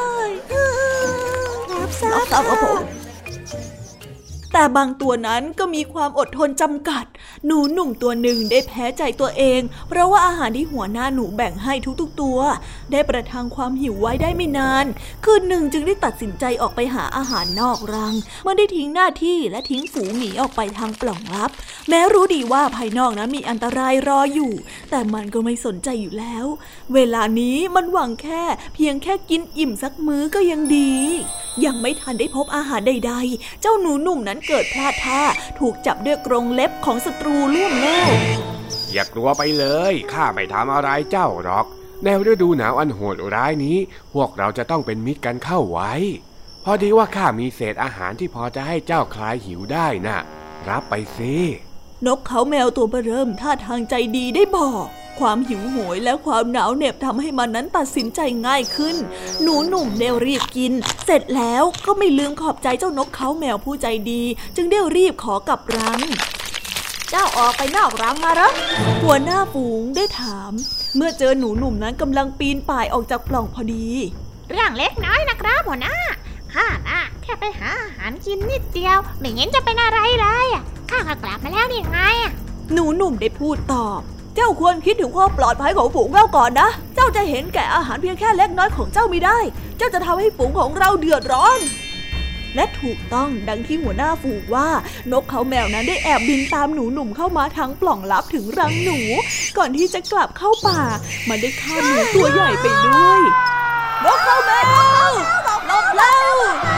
รับทราบครับผมแต่บางตัวนั้นก็มีความอดทนจำกัดหนูหนุ่มตัวหนึ่งได้แพ้ใจตัวเองเพราะว่าอาหารที่หัวหน้าหนูแบ่งให้ทุกๆตัวได้ประทังความหิวไว้ได้ไม่นานคืนหนึ่งจึงได้ตัดสินใจออกไปหาอาหารนอกรังเมื่อได้ทิ้งหน้าที่และทิ้งฝูงหนีออกไปทางปล่องลับแม้รู้ดีว่าภายนอกนั้นมีอันตรายรออยู่แต่มันก็ไม่สนใจอยู่แล้วเวลานี้มันหวังเพียงแค่กินอิ่มสักมื้อก็ยังดียังไม่ทันได้พบอาหารใดๆเจ้าหนูหนุ่มนั้นเกิดพลาดท่าถูกจับด้วยกรงเล็บของศัตรูล่วงแล้วอย่ากลัวไปเลยข้าไม่ทำอะไรเจ้าหรอกในฤดูหนาวอันโหดร้ายนี้พวกเราจะต้องเป็นมิตรกันเข้าไว้พอดีว่าข้ามีเศษอาหารที่พอจะให้เจ้าคลายหิวได้น่ะรับไปสินกเขาแมวตัวเริ่มท่าทางใจดีได้บอกความหิวโหยและความหนาวเหน็บทำให้มันนั้นตัดสินใจง่ายขึ้นหนูหนุ่มได้รีบกินเสร็จแล้วก็ไม่ลืมขอบใจเจ้านกเขาแมวผู้ใจดีจึงได้รีบขอกลับรังเจ้าออกไปนอกรังมาเหรอหัวหน้าฝูงได้ถามเมื่อเจอหนูหนุ่มนั้นกำลังปีนป่ายออกจากปล่องพอดีเรื่องเล็กน้อยนะครับหัวหน้าข้าน่ะแค่ไปหาอาหารกินนิดเดียวไม่เห็นจะเป็นอะไรเลยข้าก็กลับมาแล้วนี่ไงหนูหนุ่มได้พูดตอบเจ้าควรคิดถึงความปลอดภัยของฝูงเราก่อนนะเจ้าจะเห็นแก่อาหารเพียงแค่เล็กน้อยของเจ้าไม่ได้เจ้าจะทำให้ฝูงของเราเดือดร้อนและถูกต้องดังที่หัวหน้าฝูงว่านกเขาแมวนั้นได้แอบบินตามหนูหนุ่มเข้ามาทางปล่องลับถึงรังหนูก่อนที่จะกลับเข้าป่ามันได้ฆ่าหนูตัวใหญ่ไปด้วยนกเขาแมวหลบแล้ว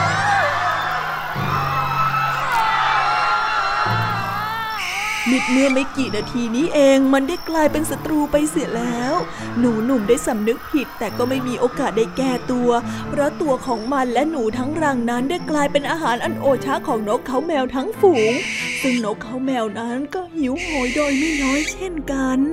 มิดเมื่อไม่กี่นาทีนี้เองมันได้กลายเป็นศัตรูไปเสียแล้วหนูหนุ่มได้สำนึกผิดแต่ก็ไม่มีโอกาสได้แก้ตัวเพราะตัวของมันและหนูทั้งรังนั้นได้กลายเป็นอาหารอันโอชะของนกเขาแมวทั้งฝูงซึ่งนกเขาแมวนั้นก็หิวโหยโดยไม่น้อยเช่นกัน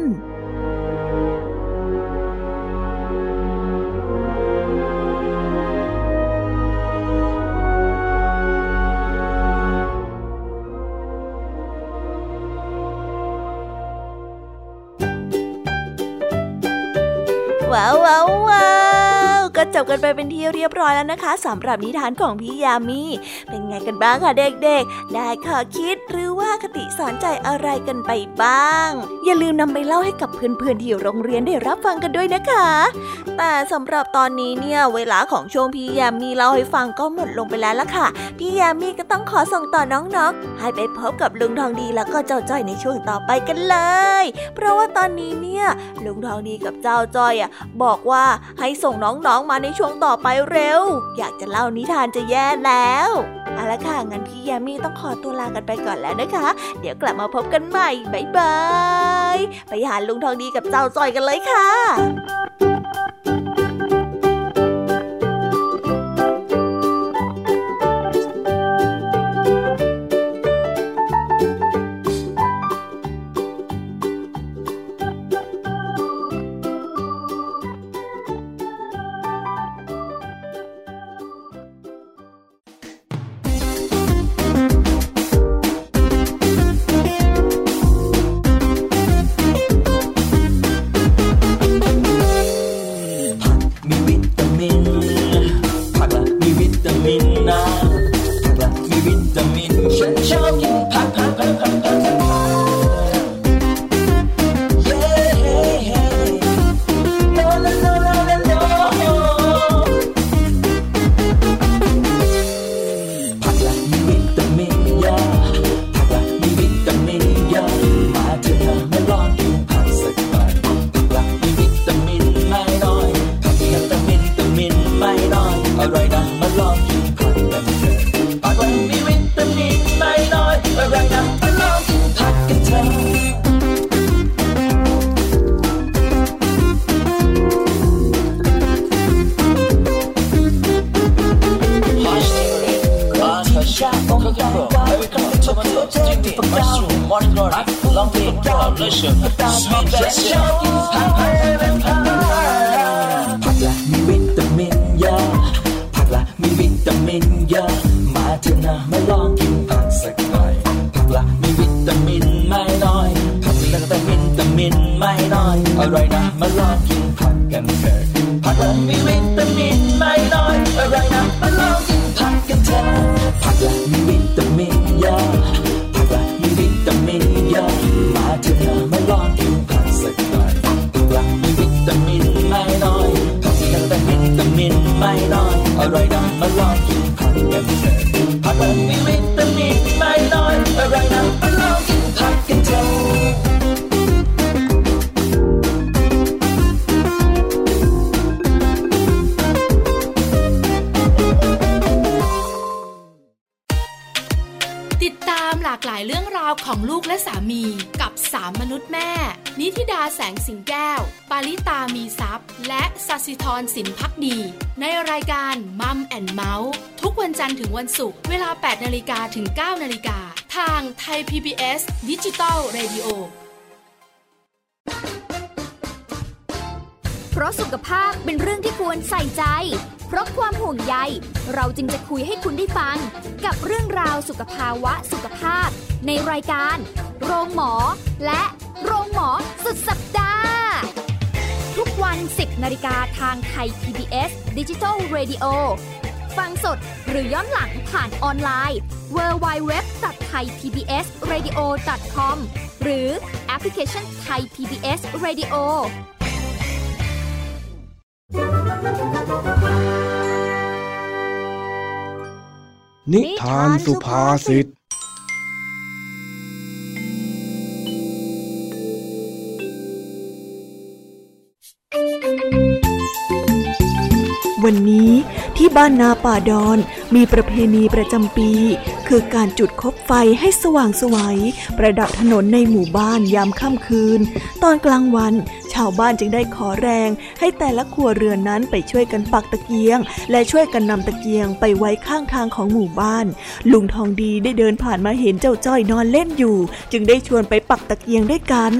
ว้าวก็จบกันไปเป็นที่เรียบร้อยแล้วนะคะสำหรับนิทานของพี่ยามีเป็นไงกันบ้างคะเด็กๆได้ข้อคิดหรือว่าคติสอนใจอะไรกันไปบ้างอย่าลืมนำไปเล่าให้กับเพื่อนๆที่โรงเรียนได้รับฟังกันด้วยนะคะแต่สำหรับตอนนี้เนี่ยเวลาของช่วงพี่ยามีเล่าให้ฟังก็หมดลงไปแล้วล่ะค่ะพี่ยามีก็ต้องขอส่งต่อน้องๆให้ไปพบกับลุงทองดีแล้วก็เจ้าจ้อยในช่วงต่อไปกันเลยเพราะว่าตอนนี้เนี่ยลุงทองดีกับเจ้าจ้อยบอกว่าให้ส่งน้องๆมาในช่วงต่อไปเร็วอยากจะเล่านิทานจะแย่แล้วเอาละค่ะงั้นพี่ยามีต้องขอตัวลากันไปก่อนแล้วนะคะเดี๋ยวกลับมาพบกันใหม่บ๊ายบายไปหาลุงทองดีกับเจ้าจ้อยกันเลยค่ะติดตามหลากหลายเรื่องราวของลูกและสามีกับ3มนุษย์แม่นิธิดาแสงสิงแก้วปาริตามีทรัพย์และศศิธรสินภักดีในรายการมัมแอนด์เมาส์ทุกวันจันทร์ถึงวันศุกร์เวลา 8:00 นถึง 9:00 นทางไทย PBS Digital Radio เพราะสุขภาพเป็นเรื่องที่ควรใส่ใจเพราะความห่วงใยเราจึงจะคุยให้คุณได้ฟังกับเรื่องราวสุขภาวะสุขภาพในรายการโรงหมอและโรงหมอสุดสัปดาห์ทุกวัน 10:00 นทางไทย PBS Digital Radio ฟังสดหรือย้อนหลังผ่านออนไลน์ www.thaipbsradio.com หรือแอปพลิเคชัน Thai PBS Radio นิทานสุภาษิตวันนี้ที่บ้านนาป่าดอนมีประเพณีประจำปีคือการจุดคบไฟให้สว่างไสวประดับถนนในหมู่บ้านยามค่ำคืนตอนกลางวันชาวบ้านจึงได้ขอแรงให้แต่ละครัวเรือนนั้นไปช่วยกันปักตะเกียงและช่วยกันนำตะเกียงไปไว้ข้างทางของหมู่บ้านลุงทองดีได้เดินผ่านมาเห็นเจ้าจ้อยนอนเล่นอยู่จึงได้ชวนไปปักตะเกียงด้วยกัน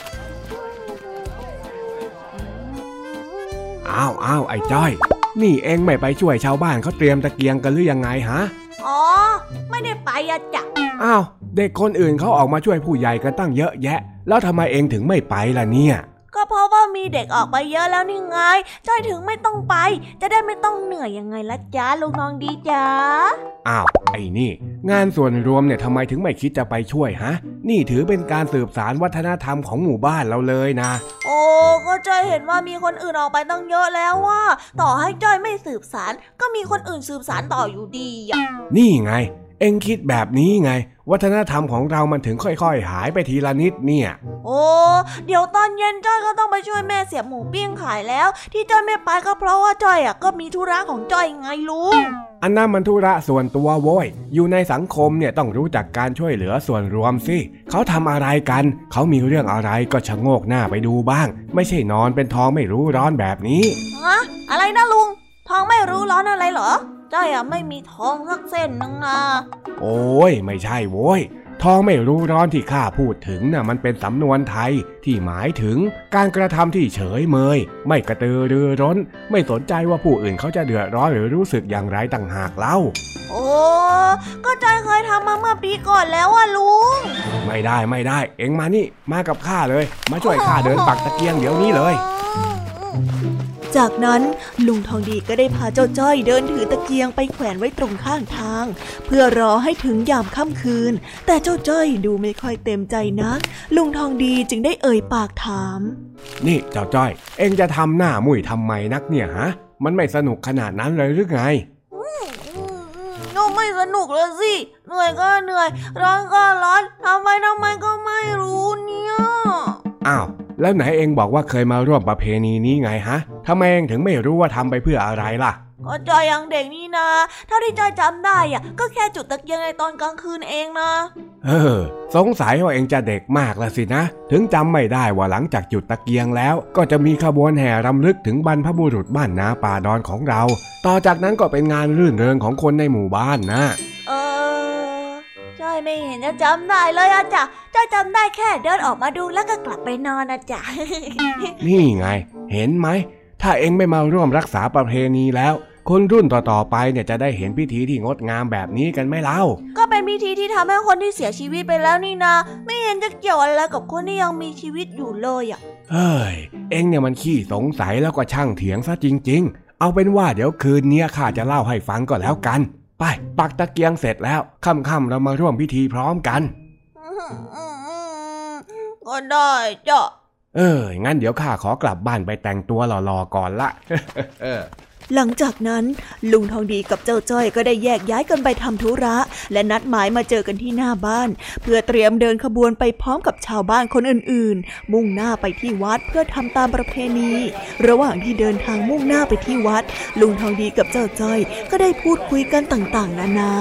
อ้าวไอ้จ้อยนี่เอ็งไม่ไปช่วยชาวบ้านเขาเตรียมตะเกียงกันหรือยังไงฮะอ๋อไม่ได้ไปอะจ๊ะอ้าวเด็กคนอื่นเขาออกมาช่วยผู้ใหญ่กันตั้งเยอะแยะแล้วทำไมเอ็งถึงไม่ไปล่ะเนี่ยก็เพราะว่ามีเด็กออกไปเยอะแล้วนี่ไงจ้อยถึงไม่ต้องไปจะได้ไม่ต้องเหนื่อยยังไงล่ะจ๊ะลุงน้องดีจ๊ะอ้าวไอ้นี่งานส่วนรวมเนี่ยทำไมถึงไม่คิดจะไปช่วยฮะนี่ถือเป็นการสืบสานวัฒนธรรมของหมู่บ้านเราเลยนะโอ้ก็จ้อยเห็นว่ามีคนอื่นออกไปตั้งเยอะแล้วว่าต่อให้จ้อยไม่สืบสานก็มีคนอื่นสืบสานต่ออยู่ดีอ่ะนี่ไงเอ็งคิดแบบนี้ไงวัฒนธรรมของเรามันถึงค่อยๆหายไปทีละนิดเนี่ยโอ้เดี๋ยวตอนเย็นจ้อยก็ต้องไปช่วยแม่เสียบหมูปิ้งขายแล้วที่จ้อยไม่ไปก็เพราะว่าจ้อยก็มีธุระของจ้อยไงลุงอันนั้นมันธุระส่วนตัวโว้ยอยู่ในสังคมเนี่ยต้องรู้จักการช่วยเหลือส่วนรวมสิเขาทำอะไรกันเขามีเรื่องอะไรก็ชะโงกหน้าไปดูบ้างไม่ใช่นอนเป็นท้องไม่รู้ร้อนแบบนี้ฮะอะไรนะลุงท้องไม่รู้ร้อนอะไรเหรอจ้อยไม่มีท้องสักเส้นนึงนะโอ้ยไม่ใช่โว้ยท้องไม่รู้ร้อนที่ข้าพูดถึงน่ะมันเป็นสำนวนไทยที่หมายถึงการกระทำที่เฉยเมยไม่กระตือรือร้นไม่สนใจว่าผู้อื่นเขาจะเดือดร้อนหรือรู้สึกอย่างไรต่างหากเล่าโอ้ก็จ้อยเคยทำมาเมื่อปีก่อนแล้วอ่ะลุงไม่ได้เอ็งมานี่มากับข้าเลยมาช่วยข้าเดินปักตะเกียงเดี๋ยวนี้เลยจากนั้นลุงทองดีก็ได้พาเจ้าจ้อยเดินถือตะเกียงไปแขวนไว้ตรงข้างทางเพื่อรอให้ถึงยามค่ำคืนแต่เจ้าจ้อยดูไม่ค่อยเต็มใจนักลุงทองดีจึงได้เอ่ยปากถามนี่เจ้าจ้อยเอ็งจะทำหน้ามุ่ยทำไมนักเนี่ยฮะมันไม่สนุกขนาดนั้นเลยหรือไงก็ไม่สนุกเลยสิเหนื่อยก็เหนื่อยร้อนก็ร้อนทำไมก็ไม่รู้เนี่ยอ้าวแล้วไหนเองบอกว่าเคยมาร่วมประเพณีนี้ไงฮะทำไมเองถึงไม่รู้ว่าทำไปเพื่ออะไรล่ะก็จอยยังเด็กนี่นะเท่าที่จอยจำได้ก็แค่จุดตะเกียงในตอนกลางคืนเองนะสงสัยว่าเองจะเด็กมากละสินะถึงจำไม่ได้ว่าหลังจากจุดตะเกียงแล้วก็จะมีขบวนแห่รำลึกถึงบรรพบุรุษบ้านนาป่าดอนของเราต่อจากนั้นก็เป็นงานรื่นเริงของคนในหมู่บ้านนะจ้อยไม่เห็นจะจำได้เลยอะจ๊ะจ้อยจำได้แค่เดินออกมาดูแล้วก็กลับไปนอนนะจ๊ะนี่ไงเห็นไหมถ้าเอ็งไม่มาร่วมรักษาประเพณีแล้วคนรุ่นต่อๆไปเนี่ยจะได้เห็นพิธีที่งดงามแบบนี้กันไหมเล่าก็เป็นพิธีที่ทำให้คนที่เสียชีวิตไปแล้วนี่นะไม่เห็นจะเกี่ยวอะไรกับคนที่ยังมีชีวิตอยู่เลยอะเฮ้ยเอ็งเนี่ยมันขี้สงสัยแล้วก็ช่างเถียงซะจริงๆเอาเป็นว่าเดี๋ยวคืนนี้ข้าจะเล่าให้ฟังก็แล้วกันไปปักตะเกียงเสร็จแล้วค่ำๆเรามาร่วมพิธีพร้อมกันก็ได้จ้ะงั้นเดี๋ยวข้าขอกลับบ้านไปแต่งตัวหล่อๆก่อนละหลังจากนั้นลุงทองดีกับเจ้าจ้อยก็ได้แยกย้ายกันไปทำธุระและนัดหมายมาเจอกันที่หน้าบ้านเพื่อเตรียมเดินขบวนไปพร้อมกับชาวบ้านคนอื่นๆมุ่งหน้าไปที่วัดเพื่อทำตามประเพณีระหว่างที่เดินทางมุ่งหน้าไปที่วัดลุงทองดีกับเจ้าจ้อยก็ได้พูดคุยกันต่างๆนานา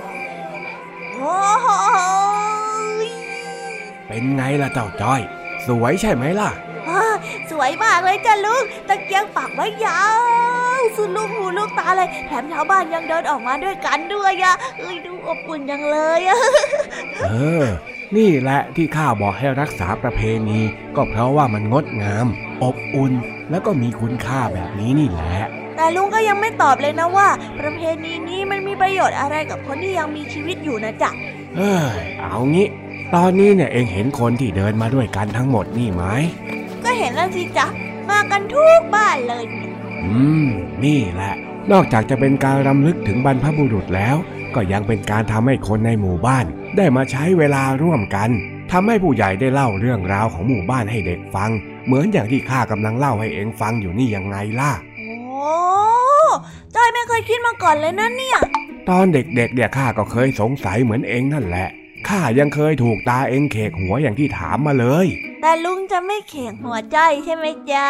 เป็นไงล่ะเจ้าจ้อยสวยใช่ไหมล่ะสวยมากเลยจ้ะลุงตะเกียงปักไว้ยาวสุดลูกหูลูกตาเลยแถมชาวบ้านยังเดินออกมาด้วยกันด้วยดูอบอุ่นจังเลยนี่แหละที่ข้าบอกให้รักษาประเพณีก็เพราะว่ามันงดงามอบอุ่นแล้วก็มีคุณค่าแบบนี้นี่แหละแต่ลุงก็ยังไม่ตอบเลยนะว่าประเพณีนี้มันมีประโยชน์อะไรกับคนที่ยังมีชีวิตอยู่นะจ๊ะเอางี้ตอนนี้เนี่ยเองเห็นคนที่เดินมาด้วยกันทั้งหมดนี่ไหมก็เห็นแล้วสิจ๊ะมากันทุกบ้านเลยนี่แหละนอกจากจะเป็นการรำลึกถึงบรรพบุรุษแล้วก็ยังเป็นการทำให้คนในหมู่บ้านได้มาใช้เวลาร่วมกันทำให้ผู้ใหญ่ได้เล่าเรื่องราวของหมู่บ้านให้เด็กฟังเหมือนอย่างที่ข้ากำลังเล่าให้เองฟังอยู่นี่ยังไงล่ะโอ้จ้อยไม่เคยคิดมาก่อนเลยนะเนี่ยตอนเด็กๆเนี่ยข้าก็เคยสงสัยเหมือนเองนั่นแหละข้ายังเคยถูกตาเองเขกหัวอย่างที่ถามมาเลยแต่ลุงจะไม่เขกหัวจ้อยใช่ไหมจ๊ะ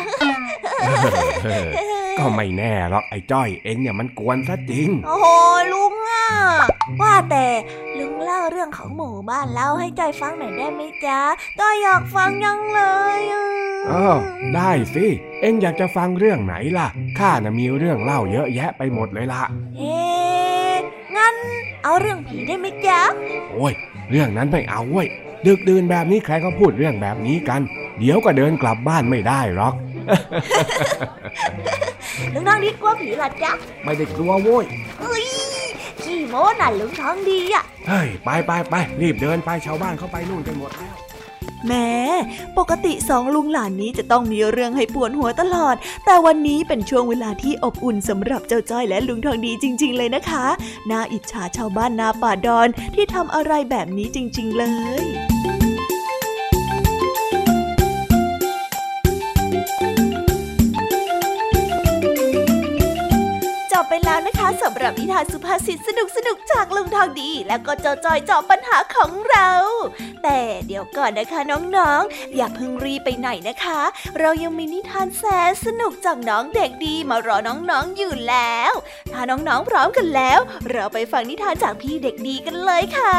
ก็ไม่แน่หรอกไอ้จ้อยเองเนี่ยมันกวนซะจริงโอ้โหลุงอ่ะว่าแต่ลุงเล่าเรื่องของหมู่บ้านเล่าให้จ้อยฟังหน่อยได้ไหมจ๊ะจ้อยอยากฟังยังเลยได้สิเอ็งอยากจะฟังเรื่องไหนล่ะข้าน่ะมีเรื่องเล่าเยอะแยะไปหมดเลยล่ะงั้นเอาเรื่องผีได้ไหมจ๊ะโอ้ยเรื่องนั้นไม่เอาเว้ยดึกดื่นแบบนี้ใครก็พูดเรื่องแบบนี้กันเดี๋ยวก็เดินกลับบ้านไม่ได้หรอกลุงทองดีกลัวผีเหรอจ๊ะไม่ได้กลัวโว้ยขี้โม้น่ะลุงทองดีอ่ะเฮ้ยไปรีบเดินไปชาวบ้านเขาไปนู่นกันหมดแล้วแม้ปกติสองลุงหลานนี้จะต้องมีเรื่องให้ปวดหัวตลอดแต่วันนี้เป็นช่วงเวลาที่อบอุ่นสำหรับเจ้าจ้อยและลุงทองดีจริงๆเลยนะคะน่าอิจฉาชาวบ้านนาป่าดอนที่ทำอะไรแบบนี้จริงๆเลยจบไปแล้วนะคะสำหรับนิทานสุภาษิตสนุกๆจากลุงทองดีและก็เจ้าจ้อยเจาะปัญหาของเราแต่เดี๋ยวก่อนนะคะน้องๆอย่าเพิ่งรีบไปไหนนะคะเรายังมีนิทานแสนสนุกจากน้องเด็กดีมารอน้องๆอยู่แล้วถ้าน้องๆพร้อมกันแล้วเราไปฟังนิทานจากพี่เด็กดีกันเลยค่ะ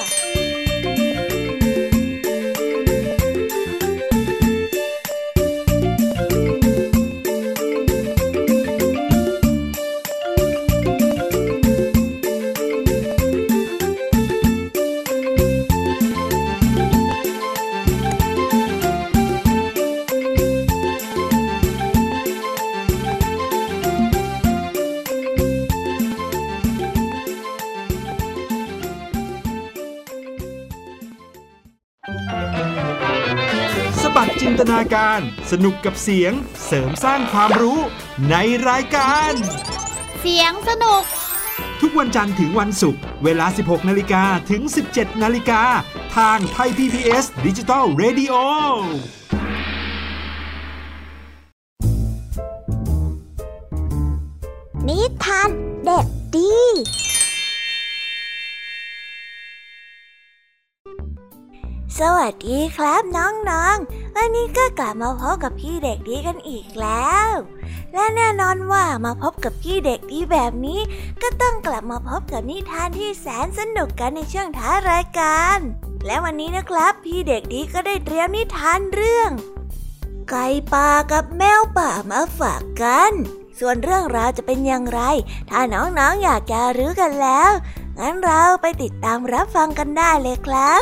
จินตนาการสนุกกับเสียงเสริมสร้างความรู้ในรายการเสียงสนุกทุกวันจันทร์ถึงวันศุกร์เวลา 16:00 นถึง 17:00 นทางไทย PBS Digital Radio นิทานเด็กดีสวัสดีครับน้องๆวันนี้ก็กลับมาพบกับพี่เด็กดีกันอีกแล้วและแน่นอนว่ามาพบกับพี่เด็กดีแบบนี้ก็ต้องกลับมาพบกับนิทานที่แสนสนุกกันในช่วงท้ายรายการและวันนี้นะครับพี่เด็กดีก็ได้เตรียมนิทานเรื่องไก่ป่ากับแมวป่ามาฝากกันส่วนเรื่องราวจะเป็นอย่างไรถ้าน้องๆอยากจะรู้กันแล้วงั้นเราไปติดตามรับฟังกันได้เลยครับ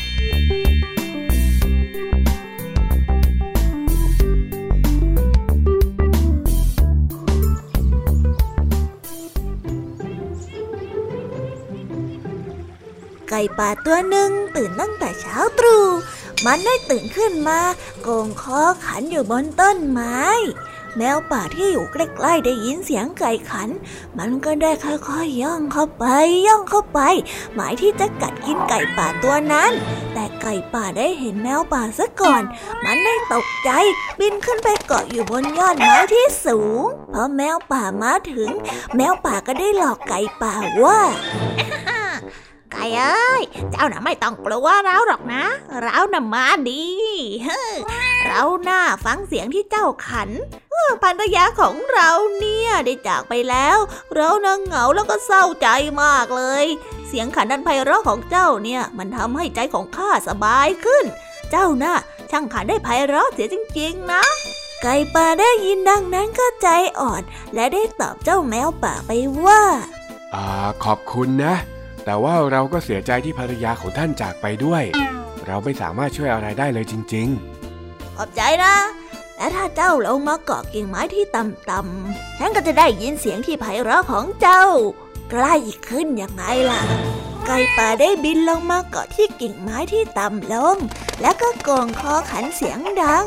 ไก่ป่าตัวหนึ่งตื่นตั้งแต่เช้าตรู่มันได้ตื่นขึ้นมาโก่งคอขันอยู่บนต้นไม้แมวป่าที่อยู่ใกล้ๆได้ยินเสียงไก่ขันมันก็ได้ค่อยๆย่องเข้าไปหมายที่จะกัดกินไก่ป่าตัวนั้นแต่ไก่ป่าได้เห็นแมวป่าซะก่อนมันได้ตกใจบินขึ้นไปเกาะอยู่บนยอดไม้ที่สูงพอแมวป่ามาถึงแมวป่าก็ได้หลอกไก่ป่าว่าไก่เอ้ยเจ้าน่ะไม่ต้องกลัวเราหรอกนะเราน่ะมาดีเราน่าฟังเสียงที่เจ้าขันภรรยาของเราเนี่ยได้จากไปแล้วเราน่ะเหงาแล้วก็เศร้าใจมากเลยเสียงขันอันไพเราะของเจ้าเนี่ยมันทำให้ใจของข้าสบายขึ้นเจ้าน่ะช่างขันได้ไพเราะเสียจริงๆนะไก่ป่าได้ยินดังนั้นก็ใจอ่อนและได้ตอบเจ้าแมวป่าไปว่าขอบคุณนะแต่ว่าเราก็เสียใจที่ภรรยาของท่านจากไปด้วยเราไม่สามารถช่วยอะไรได้เลยจริงๆขอบใจนะและถ้าเจ้าลงมาเกาะกิ่งไม้ที่ต่ำๆฉันก็จะได้ยินเสียงที่ไพเราะของเจ้าใกล้ขึ้นยังไงล่ะไก่ป่าได้บินลงมาเกาะที่กิ่งไม้ที่ต่ำลงแล้วก็โก่งคอขันเสียงดัง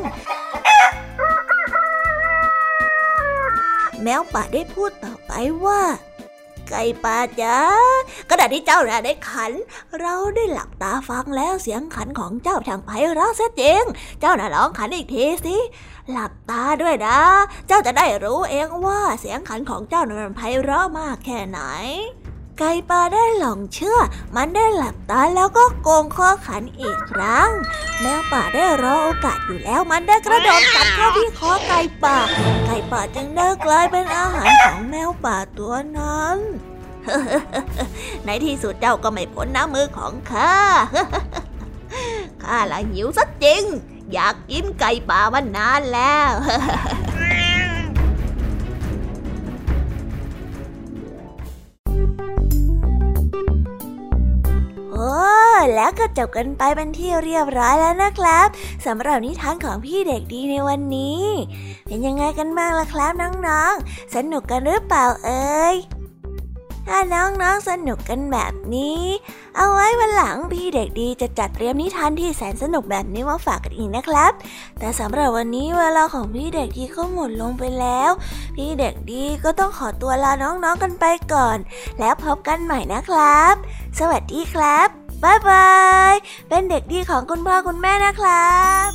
แมวป่าได้พูดต่อไปว่าไก่ป่าจ๋ากระดาษที่เจ้าได้ขันเราได้หลับตาฟังแล้วเสียงขันของเจ้าช่างไพเราะเสียจริงเจ้าน่ะลองขันอีกทีสิหลับตาด้วยนะเจ้าจะได้รู้เองว่าเสียงขันของเจ้านั้นไพเราะมากแค่ไหนไก่ป่าได้หลงเชื่อมันได้หลับตาแล้วก็โกงข้อขันอีกครั้งแมวป่าได้รอโอกาสอยู่แล้วมันได้กระโดดกัดเข้าที่คอไก่ป่าจึงได้กลายเป็นอาหารของแมวป่าตัวนั้น ในที่สุดเจ้าก็ไม่พ้นน้ำมือของข้า ข้าละหิวซะจริงอยากกินไก่ป่ามานานแล้ว โอ้แล้วก็จบกันไปเป็นที่เรียบร้อยแล้วนะครับสำหรับนิทานของพี่เด็กดีในวันนี้เป็นยังไงกันบ้างล่ะครับน้องๆสนุกกันหรือเปล่าเอ่ยถ้าน้องๆสนุกกันแบบนี้เอาไว้วันหลังพี่เด็กดีจะจัดเตรียมนิทานที่แสนสนุกแบบนี้มาฝากกันอีกนะครับแต่สำหรับวันนี้เวลาของพี่เด็กดีก็หมดลงไปแล้วพี่เด็กดีก็ต้องขอตัวลาน้องๆกันไปก่อนแล้วพบกันใหม่นะครับสวัสดีครับบ๊ายบายเป็นเด็กดีของคุณพ่อคุณแม่นะครับ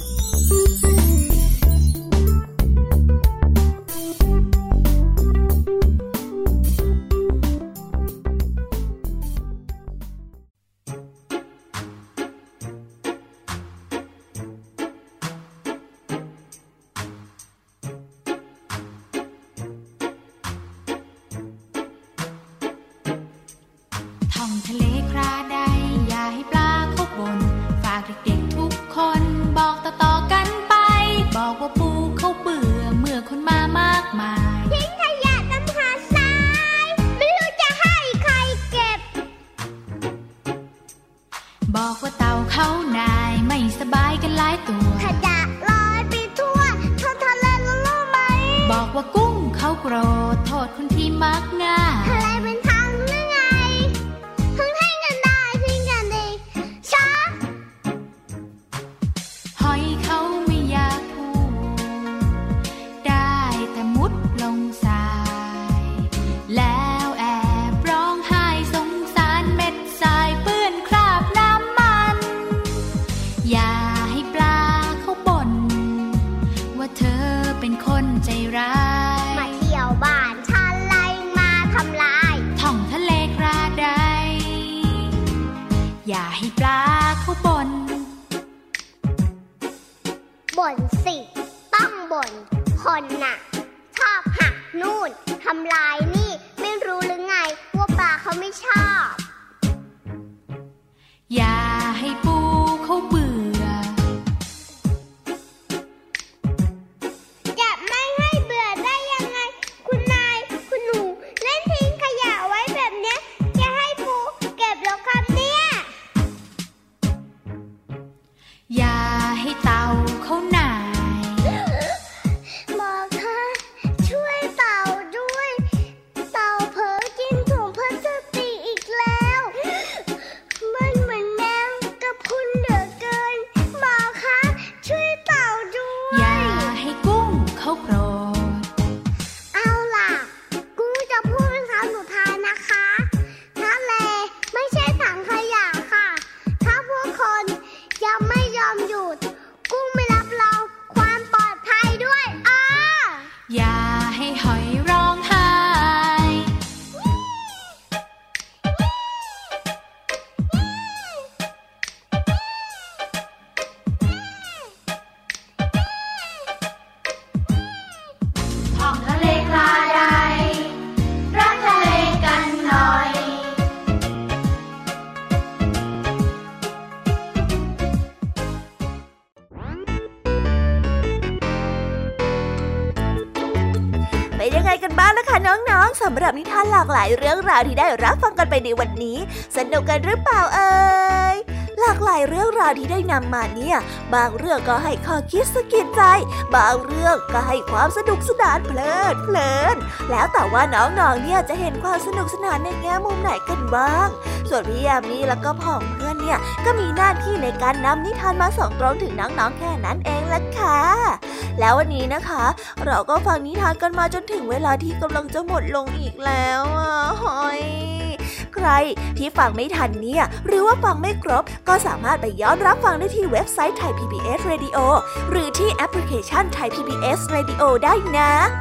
สำหรับนิทานหลากหลายเรื่องราวที่ได้รับฟังกันไปในวันนี้สนุกกันหรือเปล่าเอ่ยหลากหลายเรื่องราวที่ได้นำมาเนี่ยบางเรื่องก็ให้ข้อคิดสะกิดใจบางเรื่องก็ให้ความสนุกสนานเพลินแล้วแต่ว่าน้องๆเนี่ยจะเห็นความสนุกสนานในแง่มุมไหนกันบ้างส่วนพี่ยามีแล้วก็พ่องเพื่อนเนี่ยก็มีหน้าที่ในการนำนิทานมาส่งตรงถึงน้องๆแค่นั้นเองล่ะค่ะแล้ววันนี้นะคะเราก็ฟังนิทานกันมาจนถึงเวลาที่กำลังจะหมดลงอีกแล้วหอยใครที่ฟังไม่ทันเนี่ยหรือว่าฟังไม่ครบก็สามารถไปย้อนรับฟังได้ที่เว็บไซต์ Thai PBS Radio หรือที่แอปพลิเคชัน Thai PBS Radio ได้นะ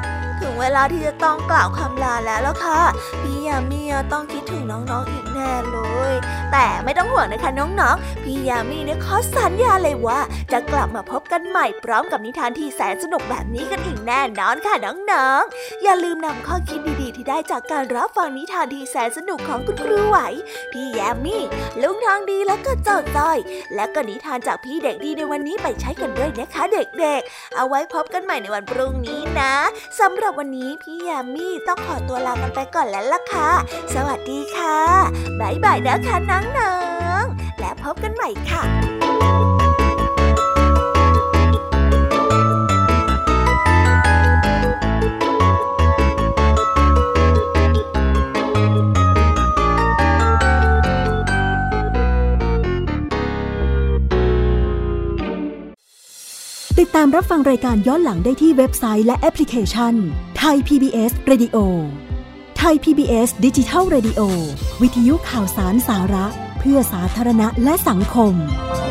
ถึงเวลาที่จะต้องกล่าวคำลาแล้วล่ะค่ะพี่ยามีต้องคิดถึงน้องๆอีกแน่เลยแต่ไม่ต้องห่วงนะคะน้องๆพี่ยามีเนี่ยขอสัญญาเลยว่าจะกลับมาพบกันใหม่พร้อมกับนิทานที่แสนสนุกแบบนี้กันอีกแน่นอนค่ะน้องๆอย่าลืมนำข้อคิดดีๆที่ได้จากการรับฟังนิทานที่แสนสนุกของคุณครูไหวพี่ยามีลุงทองดีและก็เจ้าจ้อยและก็นิทานจากพี่เด็กดีในวันนี้ไปใช้กันด้วยนะคะเด็กๆเอาไว้พบกันใหม่ในวันพรุ่งนี้นะสำหรับวันนี้พี่ยามีต้องขอตัวลากันไปก่อนแล้วล่ะค่ะสวัสดีค่ะบ๊ายบายนะคะน้องๆและพบกันใหม่ค่ะติดตามรับฟังรายการย้อนหลังได้ที่เว็บไซต์และแอปพลิเคชัน Thai PBS Radio Thai PBS Digital Radio วิทยุข่าวสารสาระเพื่อสาธารณะและสังคม